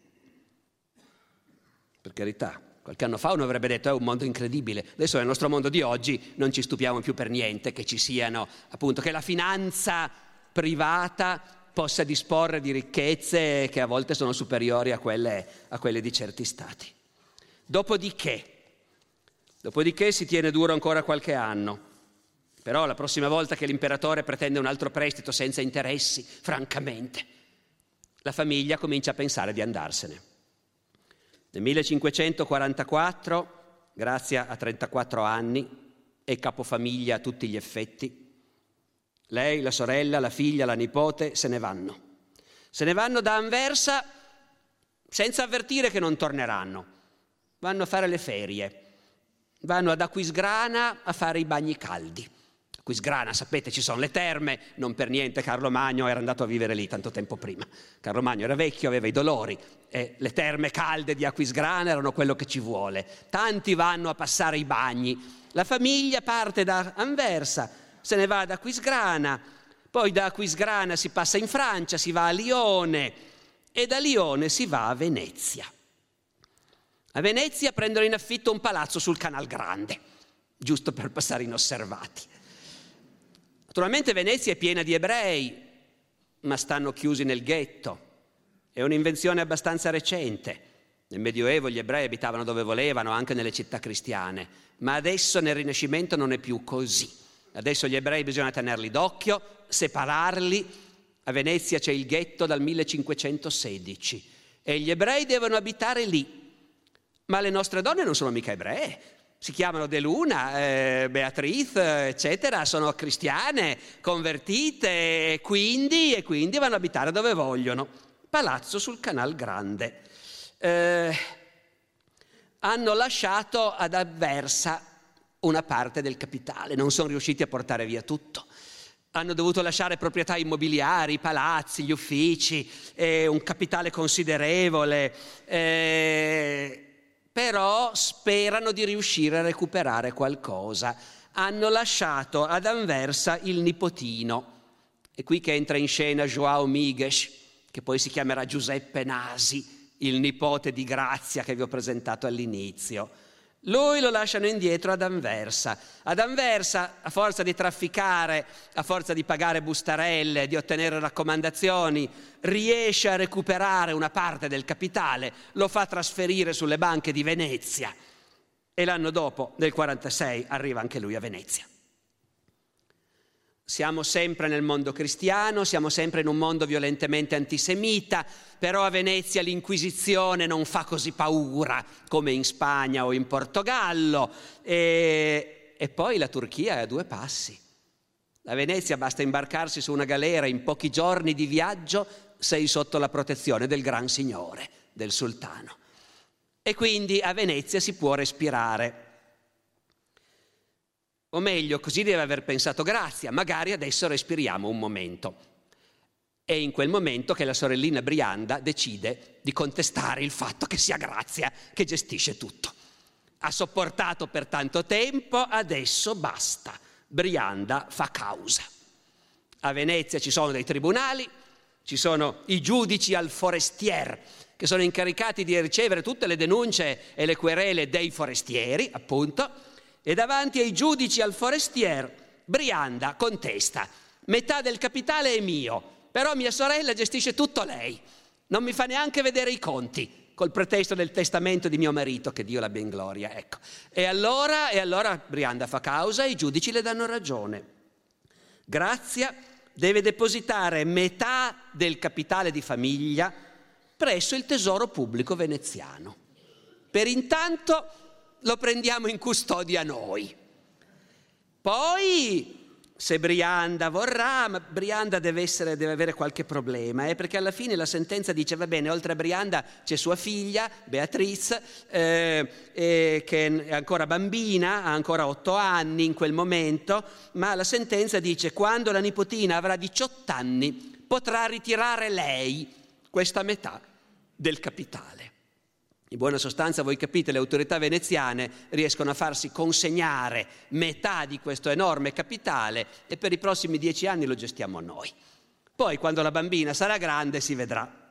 Per carità, qualche anno fa uno avrebbe detto: è un mondo incredibile. Adesso nel nostro mondo di oggi non ci stupiamo più per niente che ci siano, appunto, che la finanza privata possa disporre di ricchezze che a volte sono superiori a quelle di certi stati. Dopodiché si tiene duro ancora qualche anno. Però la prossima volta che l'imperatore pretende un altro prestito senza interessi, francamente, la famiglia comincia a pensare di andarsene. Nel 1544, Grazia ha 34 anni, è capofamiglia a tutti gli effetti. Lei, la sorella, la figlia, la nipote se ne vanno. Se ne vanno da Anversa senza avvertire che non torneranno. Vanno a fare le ferie. Vanno ad Aquisgrana a fare i bagni caldi. Aquisgrana, sapete, ci sono le terme, non per niente Carlo Magno era andato a vivere lì tanto tempo prima. Carlo Magno era vecchio, aveva i dolori, e le terme calde di Aquisgrana erano quello che ci vuole. Tanti vanno a passare i bagni. La famiglia parte da Anversa, se ne va ad Aquisgrana, poi da Aquisgrana si passa in Francia, si va a Lione, e da Lione si va a Venezia. A Venezia prendono in affitto un palazzo sul Canal Grande, giusto per passare inosservati. Naturalmente Venezia è piena di ebrei, ma stanno chiusi nel ghetto. È un'invenzione abbastanza recente. Nel Medioevo gli ebrei abitavano dove volevano, anche nelle città cristiane, ma adesso nel Rinascimento non è più così. Adesso gli ebrei bisogna tenerli d'occhio, separarli. A Venezia c'è il ghetto dal 1516 e gli ebrei devono abitare lì. Ma le nostre donne non sono mica ebree. Si chiamano De Luna, Beatriz, eccetera, sono cristiane, convertite, e quindi vanno a abitare dove vogliono. Palazzo sul Canal Grande. Hanno lasciato ad Anversa una parte del capitale, non sono riusciti a portare via tutto. Hanno dovuto lasciare proprietà immobiliari, i palazzi, gli uffici, un capitale considerevole, però sperano di riuscire a recuperare qualcosa. Hanno lasciato ad Anversa il nipotino. È qui che entra in scena João Migues, che poi si chiamerà Giuseppe Nasi, il nipote di Grazia che vi ho presentato all'inizio. Lui lo lasciano indietro ad Anversa. Ad Anversa, a forza di trafficare, a forza di pagare bustarelle, di ottenere raccomandazioni, riesce a recuperare una parte del capitale, lo fa trasferire sulle banche di Venezia e l'anno dopo, nel 46, arriva anche lui a Venezia. Siamo sempre nel mondo cristiano, siamo sempre in un mondo violentemente antisemita, però a Venezia l'Inquisizione non fa così paura come in Spagna o in Portogallo, e poi la Turchia è a 2 passi. A Venezia basta imbarcarsi su una galera, in pochi giorni di viaggio sei sotto la protezione del Gran Signore, del sultano. E quindi a Venezia si può respirare. O meglio, così deve aver pensato Grazia, magari adesso respiriamo un momento. È in quel momento che la sorellina Brianda decide di contestare il fatto che sia Grazia che gestisce tutto. Ha sopportato per tanto tempo, adesso basta. Brianda fa causa. A Venezia ci sono dei tribunali, ci sono i giudici al forestier, che sono incaricati di ricevere tutte le denunce e le querele dei forestieri, appunto, e davanti ai giudici al forestier Brianda contesta: metà del capitale è mio, però mia sorella gestisce tutto lei, non mi fa neanche vedere i conti, col pretesto del testamento di mio marito, che Dio l'abbia in gloria, ecco. E allora Brianda fa causa e i giudici le danno ragione. Grazia deve depositare metà del capitale di famiglia presso il tesoro pubblico veneziano. Per intanto lo prendiamo in custodia noi. Poi, se Brianda vorrà, ma Brianda deve avere qualche problema, perché alla fine la sentenza dice: va bene, oltre a Brianda c'è sua figlia, Beatrice, che è ancora bambina, ha ancora 8 anni in quel momento, ma la sentenza dice: quando la nipotina avrà 18 anni potrà ritirare lei questa metà del capitale. In buona sostanza, voi capite, le autorità veneziane riescono a farsi consegnare metà di questo enorme capitale e per i prossimi 10 anni lo gestiamo noi. Poi, quando la bambina sarà grande, si vedrà.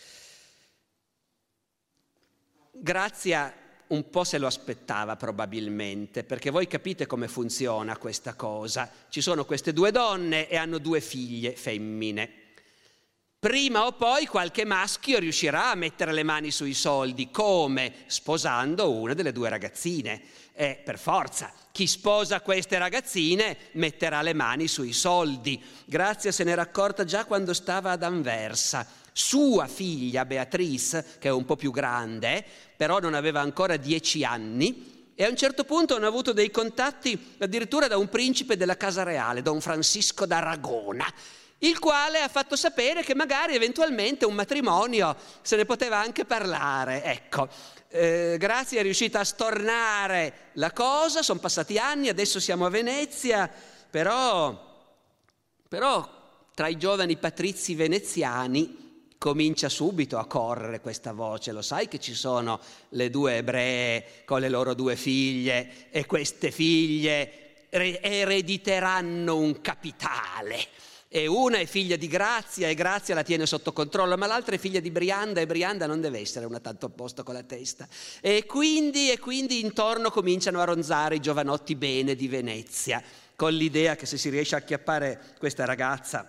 Grazia un po' se lo aspettava probabilmente, perché voi capite come funziona questa cosa. Ci sono queste 2 donne e hanno 2 figlie femmine. Prima o poi qualche maschio riuscirà a mettere le mani sui soldi. Come? Sposando una delle 2 ragazzine. Per forza, chi sposa queste ragazzine metterà le mani sui soldi. Grazia se n'era accorta già quando stava ad Anversa. Sua figlia Beatrice, che è un po' più grande, però non aveva ancora 10 anni, e a un certo punto hanno avuto dei contatti addirittura da un principe della casa reale, Don Francisco d'Aragona, il quale ha fatto sapere che magari eventualmente un matrimonio se ne poteva anche parlare. Ecco, Grazia è riuscita a stornare la cosa, sono passati anni, adesso siamo a Venezia, però tra i giovani patrizi veneziani comincia subito a correre questa voce. Lo sai che ci sono le 2 ebree con le loro 2 figlie e queste figlie erediteranno un capitale. E una è figlia di Grazia e Grazia la tiene sotto controllo, ma l'altra è figlia di Brianda e Brianda non deve essere una tanto a posto con la testa. E quindi intorno cominciano a ronzare i giovanotti bene di Venezia, con l'idea che se si riesce a acchiappare questa ragazza.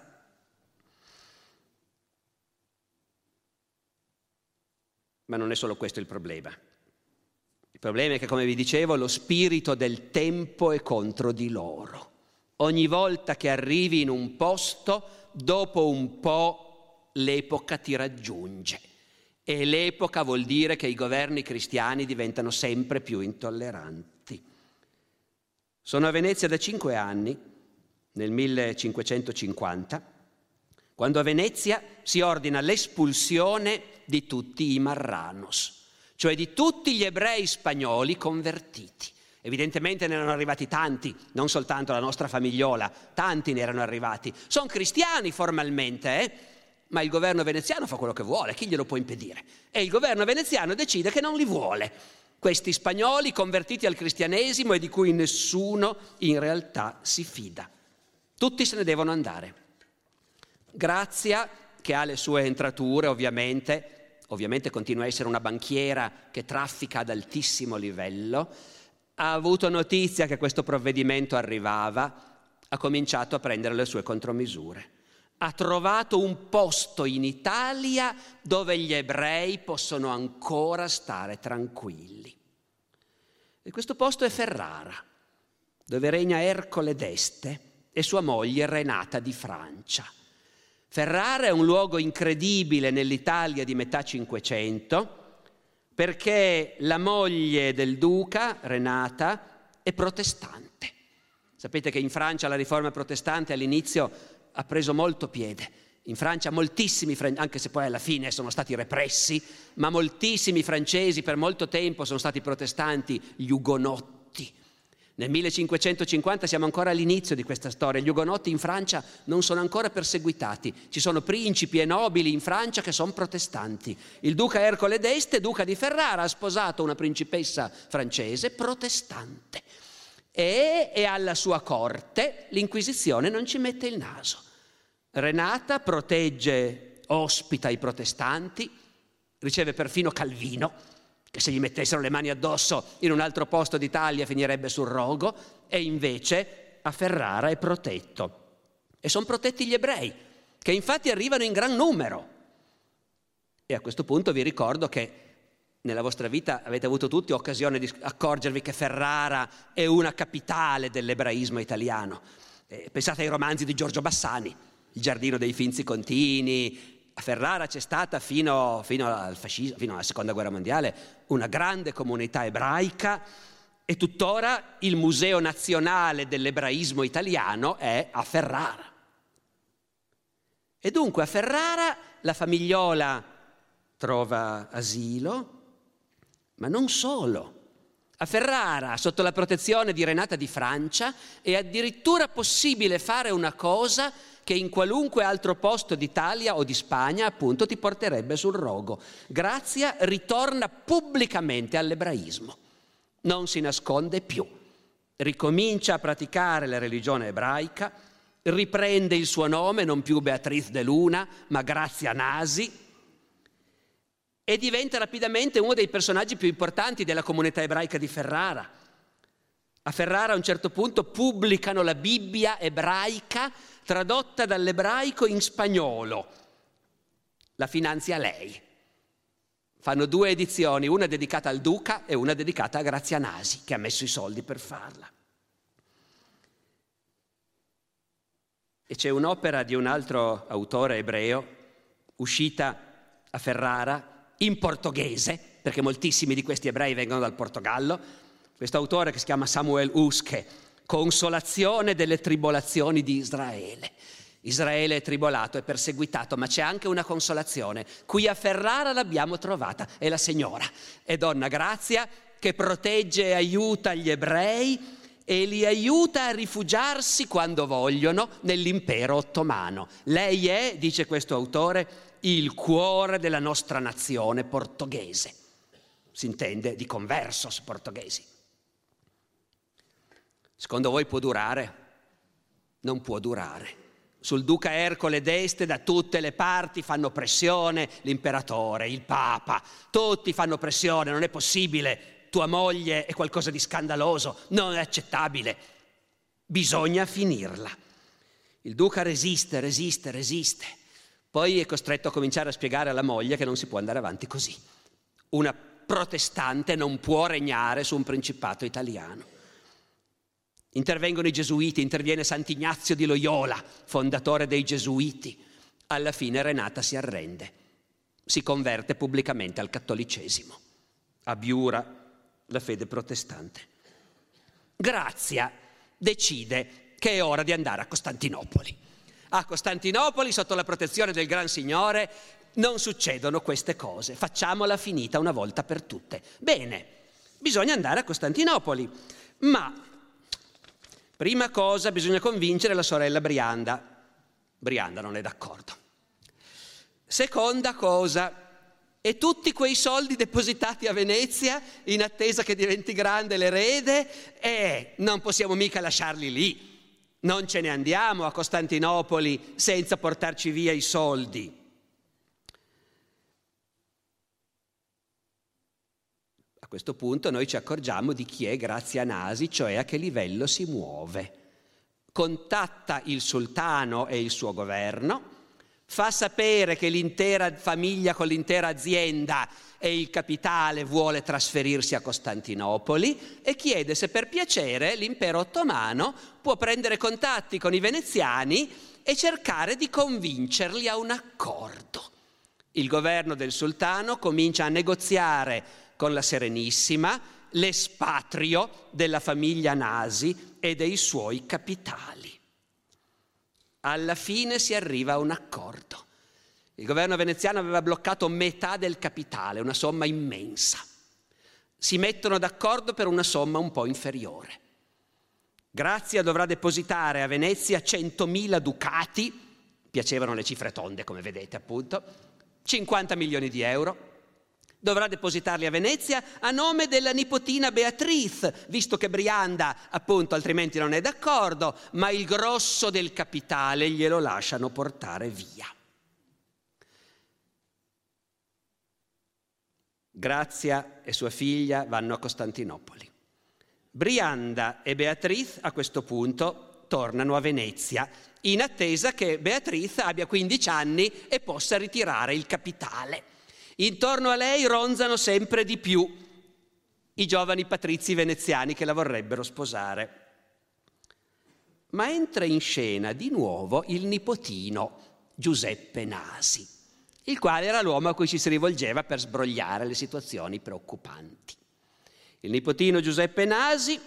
Ma non è solo questo il problema. Il problema è che, come vi dicevo, lo spirito del tempo è contro di loro. Ogni volta che arrivi in un posto, dopo un po' l'epoca ti raggiunge. E l'epoca vuol dire che i governi cristiani diventano sempre più intolleranti. Sono a Venezia da 5 anni, nel 1550, quando a Venezia si ordina l'espulsione di tutti i marranos, cioè di tutti gli ebrei spagnoli convertiti. Evidentemente ne erano arrivati tanti, non soltanto la nostra famigliola, tanti ne erano arrivati. Sono cristiani formalmente, ma il governo veneziano fa quello che vuole, chi glielo può impedire? E il governo veneziano decide che non li vuole, questi spagnoli convertiti al cristianesimo e di cui nessuno in realtà si fida. Tutti se ne devono andare. Grazia, che ha le sue entrature ovviamente, ovviamente continua a essere una banchiera che traffica ad altissimo livello, ha avuto notizia che questo provvedimento arrivava, ha cominciato a prendere le sue contromisure. Ha trovato un posto in Italia dove gli ebrei possono ancora stare tranquilli. E questo posto è Ferrara, dove regna Ercole d'Este e sua moglie Renata di Francia. Ferrara è un luogo incredibile nell'Italia di metà Cinquecento, perché la moglie del duca, Renata, è protestante. Sapete che in Francia la riforma protestante all'inizio ha preso molto piede. In Francia moltissimi, anche se poi alla fine sono stati repressi, ma moltissimi francesi per molto tempo sono stati protestanti, gli ugonotti. Nel 1550 siamo ancora all'inizio di questa storia. Gli ugonotti in Francia non sono ancora perseguitati. Ci sono principi e nobili in Francia che sono protestanti. Il duca Ercole d'Este, duca di Ferrara, ha sposato una principessa francese protestante. E alla sua corte l'Inquisizione non ci mette il naso. Renata protegge, ospita i protestanti, riceve perfino Calvino, che se gli mettessero le mani addosso in un altro posto d'Italia finirebbe sul rogo, e invece a Ferrara è protetto. E sono protetti gli ebrei, che infatti arrivano in gran numero. E a questo punto vi ricordo che nella vostra vita avete avuto tutti occasione di accorgervi che Ferrara è una capitale dell'ebraismo italiano. Pensate ai romanzi di Giorgio Bassani, Il giardino dei Finzi Contini. A Ferrara c'è stata fino al fascismo, fino alla Seconda Guerra Mondiale, una grande comunità ebraica, e tuttora il Museo Nazionale dell'Ebraismo Italiano è a Ferrara. E dunque a Ferrara la famigliola trova asilo, ma non solo. A Ferrara, sotto la protezione di Renata di Francia, è addirittura possibile fare una cosa che in qualunque altro posto d'Italia o di Spagna, appunto, ti porterebbe sul rogo. Grazia ritorna pubblicamente all'ebraismo. Non si nasconde più. Ricomincia a praticare la religione ebraica, riprende il suo nome, non più Beatriz de Luna, ma Grazia Nasi, e diventa rapidamente uno dei personaggi più importanti della comunità ebraica di Ferrara. A Ferrara a un certo punto pubblicano la Bibbia ebraica tradotta dall'ebraico in spagnolo. La finanzia lei. Fanno 2 edizioni, una dedicata al duca e una dedicata a Grazia Nasi, che ha messo i soldi per farla. E c'è un'opera di un altro autore ebreo, uscita a Ferrara, in portoghese, perché moltissimi di questi ebrei vengono dal Portogallo. Questo autore, che si chiama Samuel Huske, Consolazione delle tribolazioni di Israele. Israele è tribolato, è perseguitato, ma c'è anche una consolazione. Qui a Ferrara l'abbiamo trovata, è la Signora, è Donna Grazia, che protegge e aiuta gli ebrei e li aiuta a rifugiarsi quando vogliono nell'impero ottomano. Lei è, dice questo autore, il cuore della nostra nazione portoghese. Si intende di conversos portoghesi. Secondo voi può durare? Non può durare. Sul duca Ercole d'Este da tutte le parti fanno pressione, l'imperatore, il papa, tutti fanno pressione, non è possibile, tua moglie è qualcosa di scandaloso, non è accettabile, bisogna finirla. Il duca resiste, poi è costretto a cominciare a spiegare alla moglie che non si può andare avanti così. Una protestante non può regnare su un principato italiano. Intervengono i Gesuiti, interviene Sant'Ignazio di Loyola, fondatore dei Gesuiti. Alla fine Renata si arrende, si converte pubblicamente al cattolicesimo, abiura la fede protestante. Grazia decide che è ora di andare a Costantinopoli. A Costantinopoli, sotto la protezione del Gran Signore, non succedono queste cose. Facciamola finita una volta per tutte. Bene, bisogna andare a Costantinopoli, ma prima cosa bisogna convincere la sorella Brianda. Brianda non è d'accordo. Seconda cosa, e tutti quei soldi depositati a Venezia in attesa che diventi grande l'erede, non possiamo mica lasciarli lì. Non ce ne andiamo a Costantinopoli senza portarci via i soldi. A questo punto noi ci accorgiamo di chi è Grazia Nasi, cioè a che livello si muove. Contatta il sultano e il suo governo, fa sapere che l'intera famiglia con l'intera azienda e il capitale vuole trasferirsi a Costantinopoli e chiede se per piacere l'impero ottomano può prendere contatti con i veneziani e cercare di convincerli a un accordo. Il governo del sultano comincia a negoziare con la Serenissima l'espatrio della famiglia Nasi e dei suoi capitali. Alla fine si arriva a un accordo. Il governo veneziano aveva bloccato metà del capitale, una somma immensa. Si mettono d'accordo per una somma un po' inferiore. Grazia dovrà depositare a Venezia 100.000 ducati, piacevano le cifre tonde come vedete appunto, 50 milioni di euro. Dovrà depositarli a Venezia a nome della nipotina Beatrice, visto che Brianda appunto altrimenti non è d'accordo, ma il grosso del capitale glielo lasciano portare via. Grazia e sua figlia vanno a Costantinopoli. Brianda e Beatrice a questo punto tornano a Venezia, in attesa che Beatrice abbia 15 anni e possa ritirare il capitale. Intorno a lei ronzano sempre di più i giovani patrizi veneziani che la vorrebbero sposare. Ma entra in scena di nuovo il nipotino Giuseppe Nasi, il quale era l'uomo a cui ci si rivolgeva per sbrogliare le situazioni preoccupanti. Il nipotino Giuseppe Nasi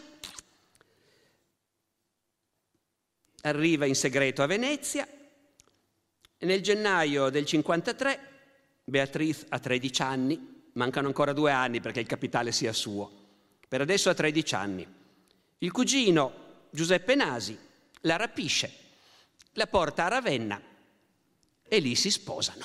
arriva in segreto a Venezia e nel gennaio del 53 Beatrice ha 13 anni, mancano ancora 2 anni perché il capitale sia suo. Per adesso ha 13 anni. Il cugino Giuseppe Nasi la rapisce, la porta a Ravenna e lì si sposano.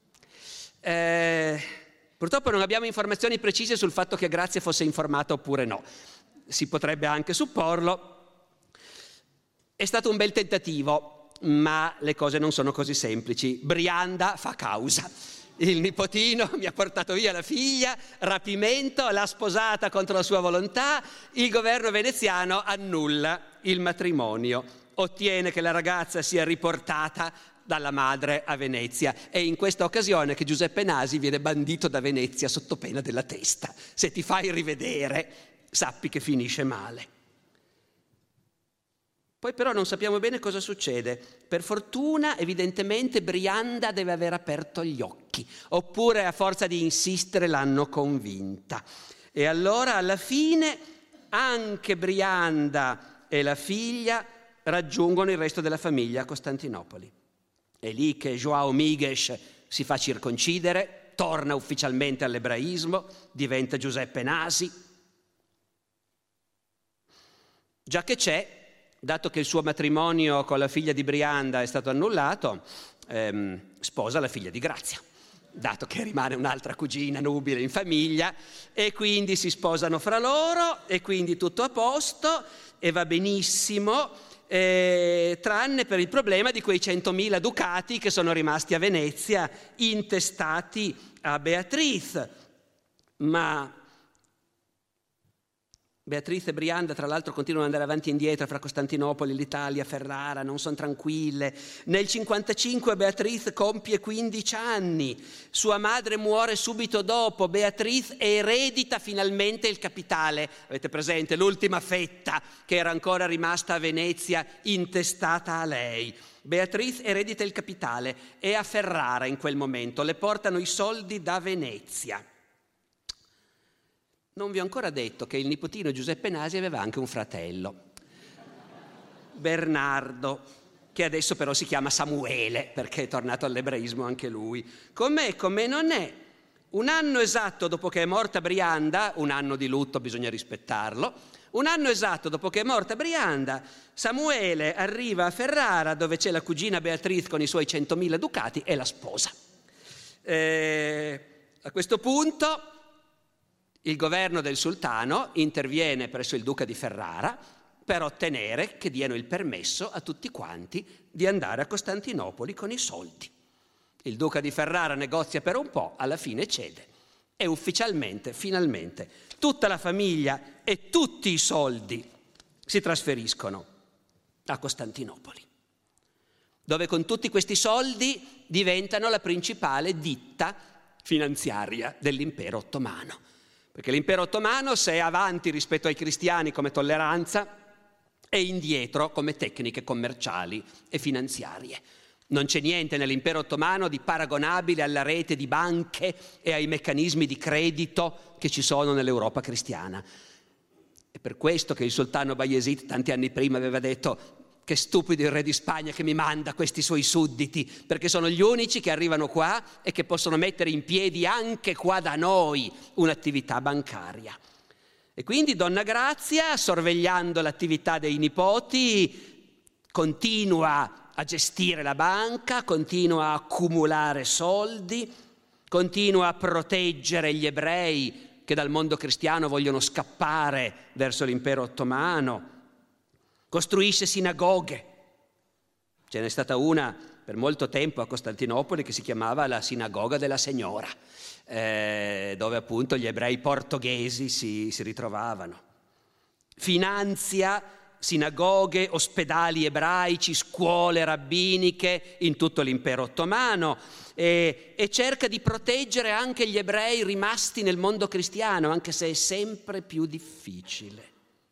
Purtroppo non abbiamo informazioni precise sul fatto che Grazia fosse informata oppure no. Si potrebbe anche supporlo. È stato un bel tentativo, ma le cose non sono così semplici. Brianda fa causa. Il nipotino mi ha portato via la figlia, rapimento, l'ha sposata contro la sua volontà, il governo veneziano annulla il matrimonio, ottiene che la ragazza sia riportata dalla madre a Venezia. È in questa occasione che Giuseppe Nasi viene bandito da Venezia sotto pena della testa. Se ti fai rivedere, sappi che finisce male. Poi però non sappiamo bene cosa succede. Per fortuna, evidentemente, Brianda deve aver aperto gli occhi, oppure a forza di insistere l'hanno convinta. E allora, alla fine, anche Brianda e la figlia raggiungono il resto della famiglia a Costantinopoli. È lì che João Migues si fa circoncidere, torna ufficialmente all'ebraismo, diventa Giuseppe Nasi. Già che c'è, dato che il suo matrimonio con la figlia di Brianda è stato annullato, sposa la figlia di Grazia, dato che rimane un'altra cugina nubile in famiglia, e quindi si sposano fra loro e quindi tutto a posto e va benissimo, tranne per il problema di quei 100.000 ducati che sono rimasti a Venezia intestati a Beatrice. Ma Beatrice e Brianda, tra l'altro, continuano ad andare avanti e indietro fra Costantinopoli, l'Italia, Ferrara, non sono tranquille. Nel 55 Beatrice compie 15 anni, sua madre muore subito dopo, Beatrice eredita finalmente il capitale. Avete presente l'ultima fetta che era ancora rimasta a Venezia intestata a lei? Beatrice eredita il capitale, è a Ferrara in quel momento, le portano i soldi da Venezia. Non vi ho ancora detto che il nipotino Giuseppe Nasi aveva anche un fratello, Bernardo, che adesso però si chiama Samuele, perché è tornato all'ebraismo anche lui. Com'è, come non è, un anno esatto dopo che è morta Brianda, un anno di lutto, bisogna rispettarlo, un anno esatto dopo che è morta Brianda, Samuele arriva a Ferrara, dove c'è la cugina Beatrice con i suoi 100.000 ducati, e la sposa. A questo punto il governo del sultano interviene presso il duca di Ferrara per ottenere che diano il permesso a tutti quanti di andare a Costantinopoli con i soldi. Il duca di Ferrara negozia per un po', alla fine cede e ufficialmente, finalmente, tutta la famiglia e tutti i soldi si trasferiscono a Costantinopoli, dove con tutti questi soldi diventano la principale ditta finanziaria dell'impero ottomano. Perché l'impero ottomano, se è avanti rispetto ai cristiani come tolleranza, è indietro come tecniche commerciali e finanziarie. Non c'è niente nell'impero ottomano di paragonabile alla rete di banche e ai meccanismi di credito che ci sono nell'Europa cristiana. È per questo che il sultano Bayezid tanti anni prima aveva detto: che stupido il re di Spagna che mi manda questi suoi sudditi, perché sono gli unici che arrivano qua e che possono mettere in piedi anche qua da noi un'attività bancaria. E quindi Donna Grazia, sorvegliando l'attività dei nipoti, continua a gestire la banca, continua a accumulare soldi, continua a proteggere gli ebrei che dal mondo cristiano vogliono scappare verso l'impero ottomano, costruisce sinagoghe. Ce n'è stata una per molto tempo a Costantinopoli che si chiamava la Sinagoga della Signora, dove appunto gli ebrei portoghesi si ritrovavano. Finanzia sinagoghe, ospedali ebraici, scuole rabbiniche in tutto l'impero ottomano e cerca di proteggere anche gli ebrei rimasti nel mondo cristiano, anche se è sempre più difficile.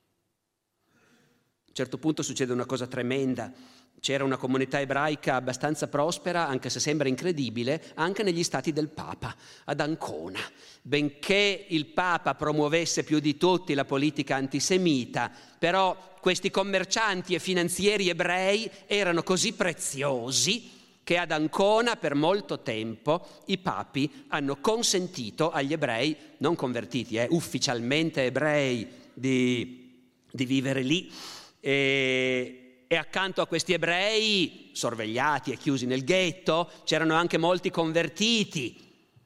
A un certo punto succede una cosa tremenda. C'era una comunità ebraica abbastanza prospera, anche se sembra incredibile, anche negli stati del Papa, ad Ancona. Benché il Papa promuovesse più di tutti la politica antisemita, però questi commercianti e finanzieri ebrei erano così preziosi che ad Ancona per molto tempo i papi hanno consentito agli ebrei, non convertiti, ufficialmente ebrei, di vivere lì. E accanto a questi ebrei sorvegliati e chiusi nel ghetto c'erano anche molti convertiti.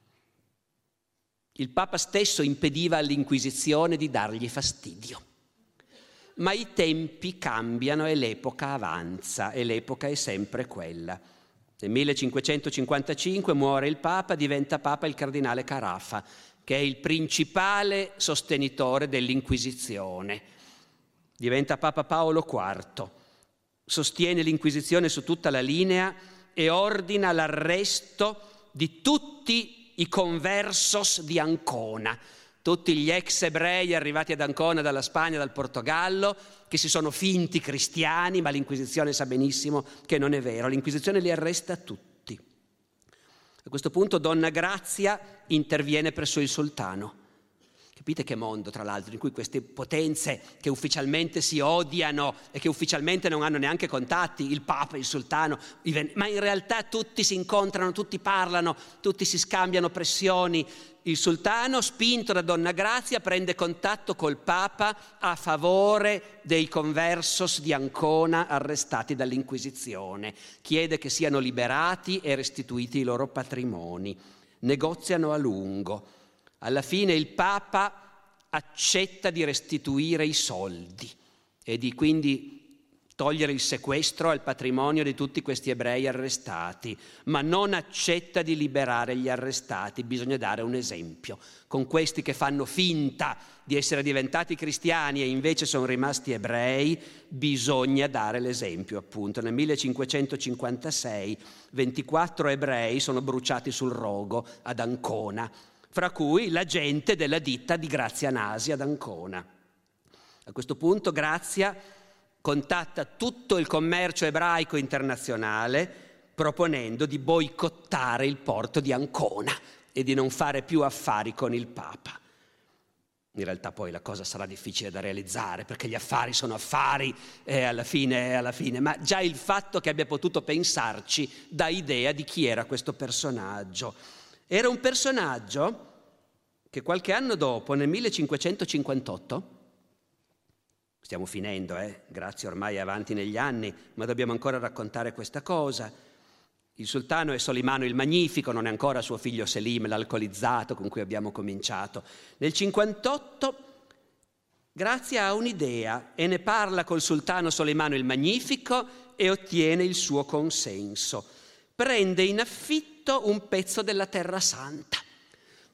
Il Papa stesso impediva all'Inquisizione di dargli fastidio. Ma i tempi cambiano e l'epoca avanza, e l'epoca è sempre quella. Nel 1555 muore il Papa, diventa Papa il cardinale Carafa, che è il principale sostenitore dell'Inquisizione. Diventa Papa Paolo IV, sostiene l'Inquisizione su tutta la linea e ordina l'arresto di tutti i conversos di Ancona, tutti gli ex ebrei arrivati ad Ancona dalla Spagna, dal Portogallo, che si sono finti cristiani, ma l'Inquisizione sa benissimo che non è vero. L'Inquisizione li arresta tutti. A questo punto Donna Grazia interviene presso il sultano. Capite che mondo, tra l'altro, in cui queste potenze che ufficialmente si odiano e che ufficialmente non hanno neanche contatti, il Papa, il Sultano, ma in realtà tutti si incontrano, tutti parlano, tutti si scambiano pressioni. Il Sultano, spinto da Donna Grazia, prende contatto col Papa a favore dei conversos di Ancona arrestati dall'Inquisizione. Chiede che siano liberati e restituiti i loro patrimoni. Negoziano a lungo. Alla fine il Papa accetta di restituire i soldi e di quindi togliere il sequestro al patrimonio di tutti questi ebrei arrestati, ma non accetta di liberare gli arrestati. Bisogna dare un esempio. Con questi che fanno finta di essere diventati cristiani e invece sono rimasti ebrei, bisogna dare l'esempio, appunto. Nel 1556 24 ebrei sono bruciati sul rogo ad Ancona, fra cui la gente della ditta di Grazia Nasi ad Ancona. A questo punto Grazia contatta tutto il commercio ebraico internazionale proponendo di boicottare il porto di Ancona e di non fare più affari con il Papa. In realtà poi la cosa sarà difficile da realizzare perché gli affari sono affari e alla fine, ma già il fatto che abbia potuto pensarci dà idea di chi era questo personaggio. Era un personaggio che qualche anno dopo, nel 1558, stiamo finendo, Grazia ormai è avanti negli anni, ma dobbiamo ancora raccontare questa cosa. Il sultano è Solimano il Magnifico, non è ancora suo figlio Selim, l'alcolizzato con cui abbiamo cominciato. Nel 58 Grazia ha un'idea e ne parla col sultano Solimano il Magnifico e ottiene il suo consenso. Prende in affitto un pezzo della Terra Santa,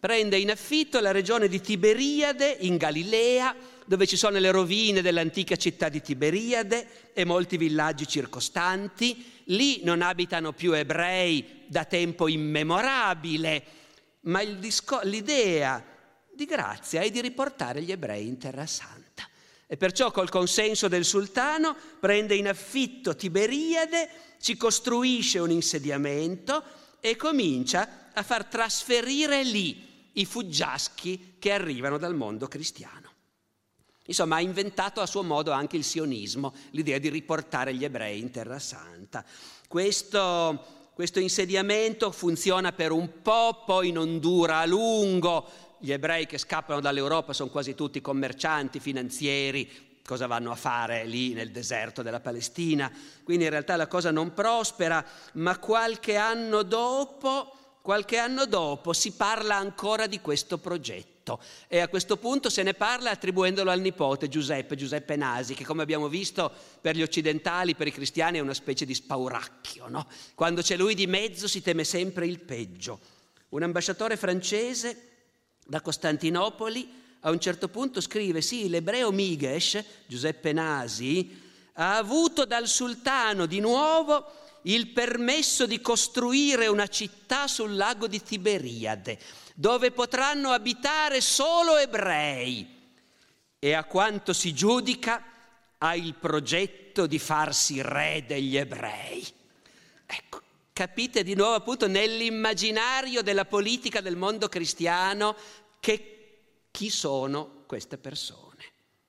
prende in affitto la regione di Tiberiade in Galilea, dove ci sono le rovine dell'antica città di Tiberiade e molti villaggi circostanti. Lì non abitano più ebrei da tempo immemorabile, ma l'idea di Grazia è di riportare gli ebrei in Terra Santa. E perciò col consenso del sultano prende in affitto Tiberiade, ci costruisce un insediamento e comincia a far trasferire lì i fuggiaschi che arrivano dal mondo cristiano. Insomma, ha inventato a suo modo anche il sionismo, l'idea di riportare gli ebrei in Terra Santa. Questo insediamento funziona per un po', poi non dura a lungo. Gli ebrei che scappano dall'Europa sono quasi tutti commercianti, finanzieri. Cosa vanno a fare lì nel deserto della Palestina? Quindi in realtà la cosa non prospera, ma qualche anno dopo si parla ancora di questo progetto e a questo punto se ne parla attribuendolo al nipote Giuseppe Nasi, che come abbiamo visto per gli occidentali, per i cristiani è una specie di spauracchio, no? Quando c'è lui di mezzo si teme sempre il peggio. Un ambasciatore francese da Costantinopoli a un certo punto scrive: sì, l'ebreo Migesh, Giuseppe Nasi, ha avuto dal sultano di nuovo il permesso di costruire una città sul lago di Tiberiade, dove potranno abitare solo ebrei, e a quanto si giudica ha il progetto di farsi re degli ebrei. Ecco, capite di nuovo appunto nell'immaginario della politica del mondo cristiano chi sono queste persone.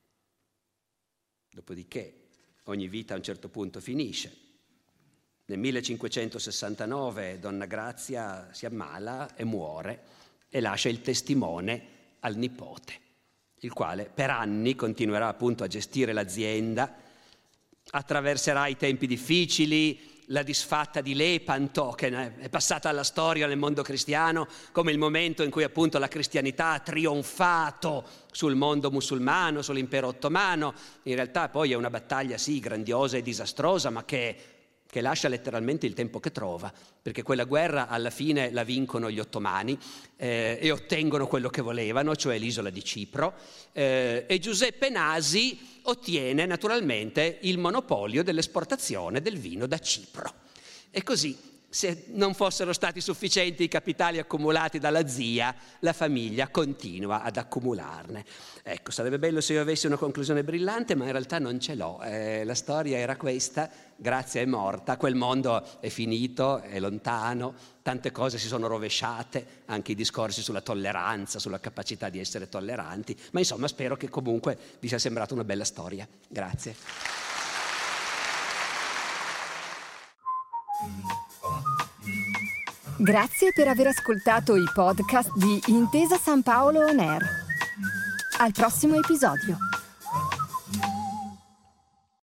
Dopodiché ogni vita a un certo punto finisce. Nel 1569 Donna Grazia si ammala e muore e lascia il testimone al nipote, il quale per anni continuerà appunto a gestire l'azienda, attraverserà i tempi difficili, la disfatta di Lepanto, che è passata alla storia nel mondo cristiano come il momento in cui appunto la cristianità ha trionfato sul mondo musulmano, sull'impero ottomano. In realtà poi è una battaglia sì grandiosa e disastrosa, ma che lascia letteralmente il tempo che trova, perché quella guerra alla fine la vincono gli ottomani e ottengono quello che volevano, cioè l'isola di Cipro, e Giuseppe Nasi ottiene naturalmente il monopolio dell'esportazione del vino da Cipro. E così, se non fossero stati sufficienti i capitali accumulati dalla zia, la famiglia continua ad accumularne. Ecco, sarebbe bello se io avessi una conclusione brillante, ma in realtà non ce l'ho. La storia era questa: Grazia è morta, quel mondo è finito, è lontano, tante cose si sono rovesciate, anche i discorsi sulla tolleranza, sulla capacità di essere tolleranti, ma insomma spero che comunque vi sia sembrata una bella storia. Grazie. Grazie per aver ascoltato i podcast di Intesa San Paolo On Air. Al prossimo episodio.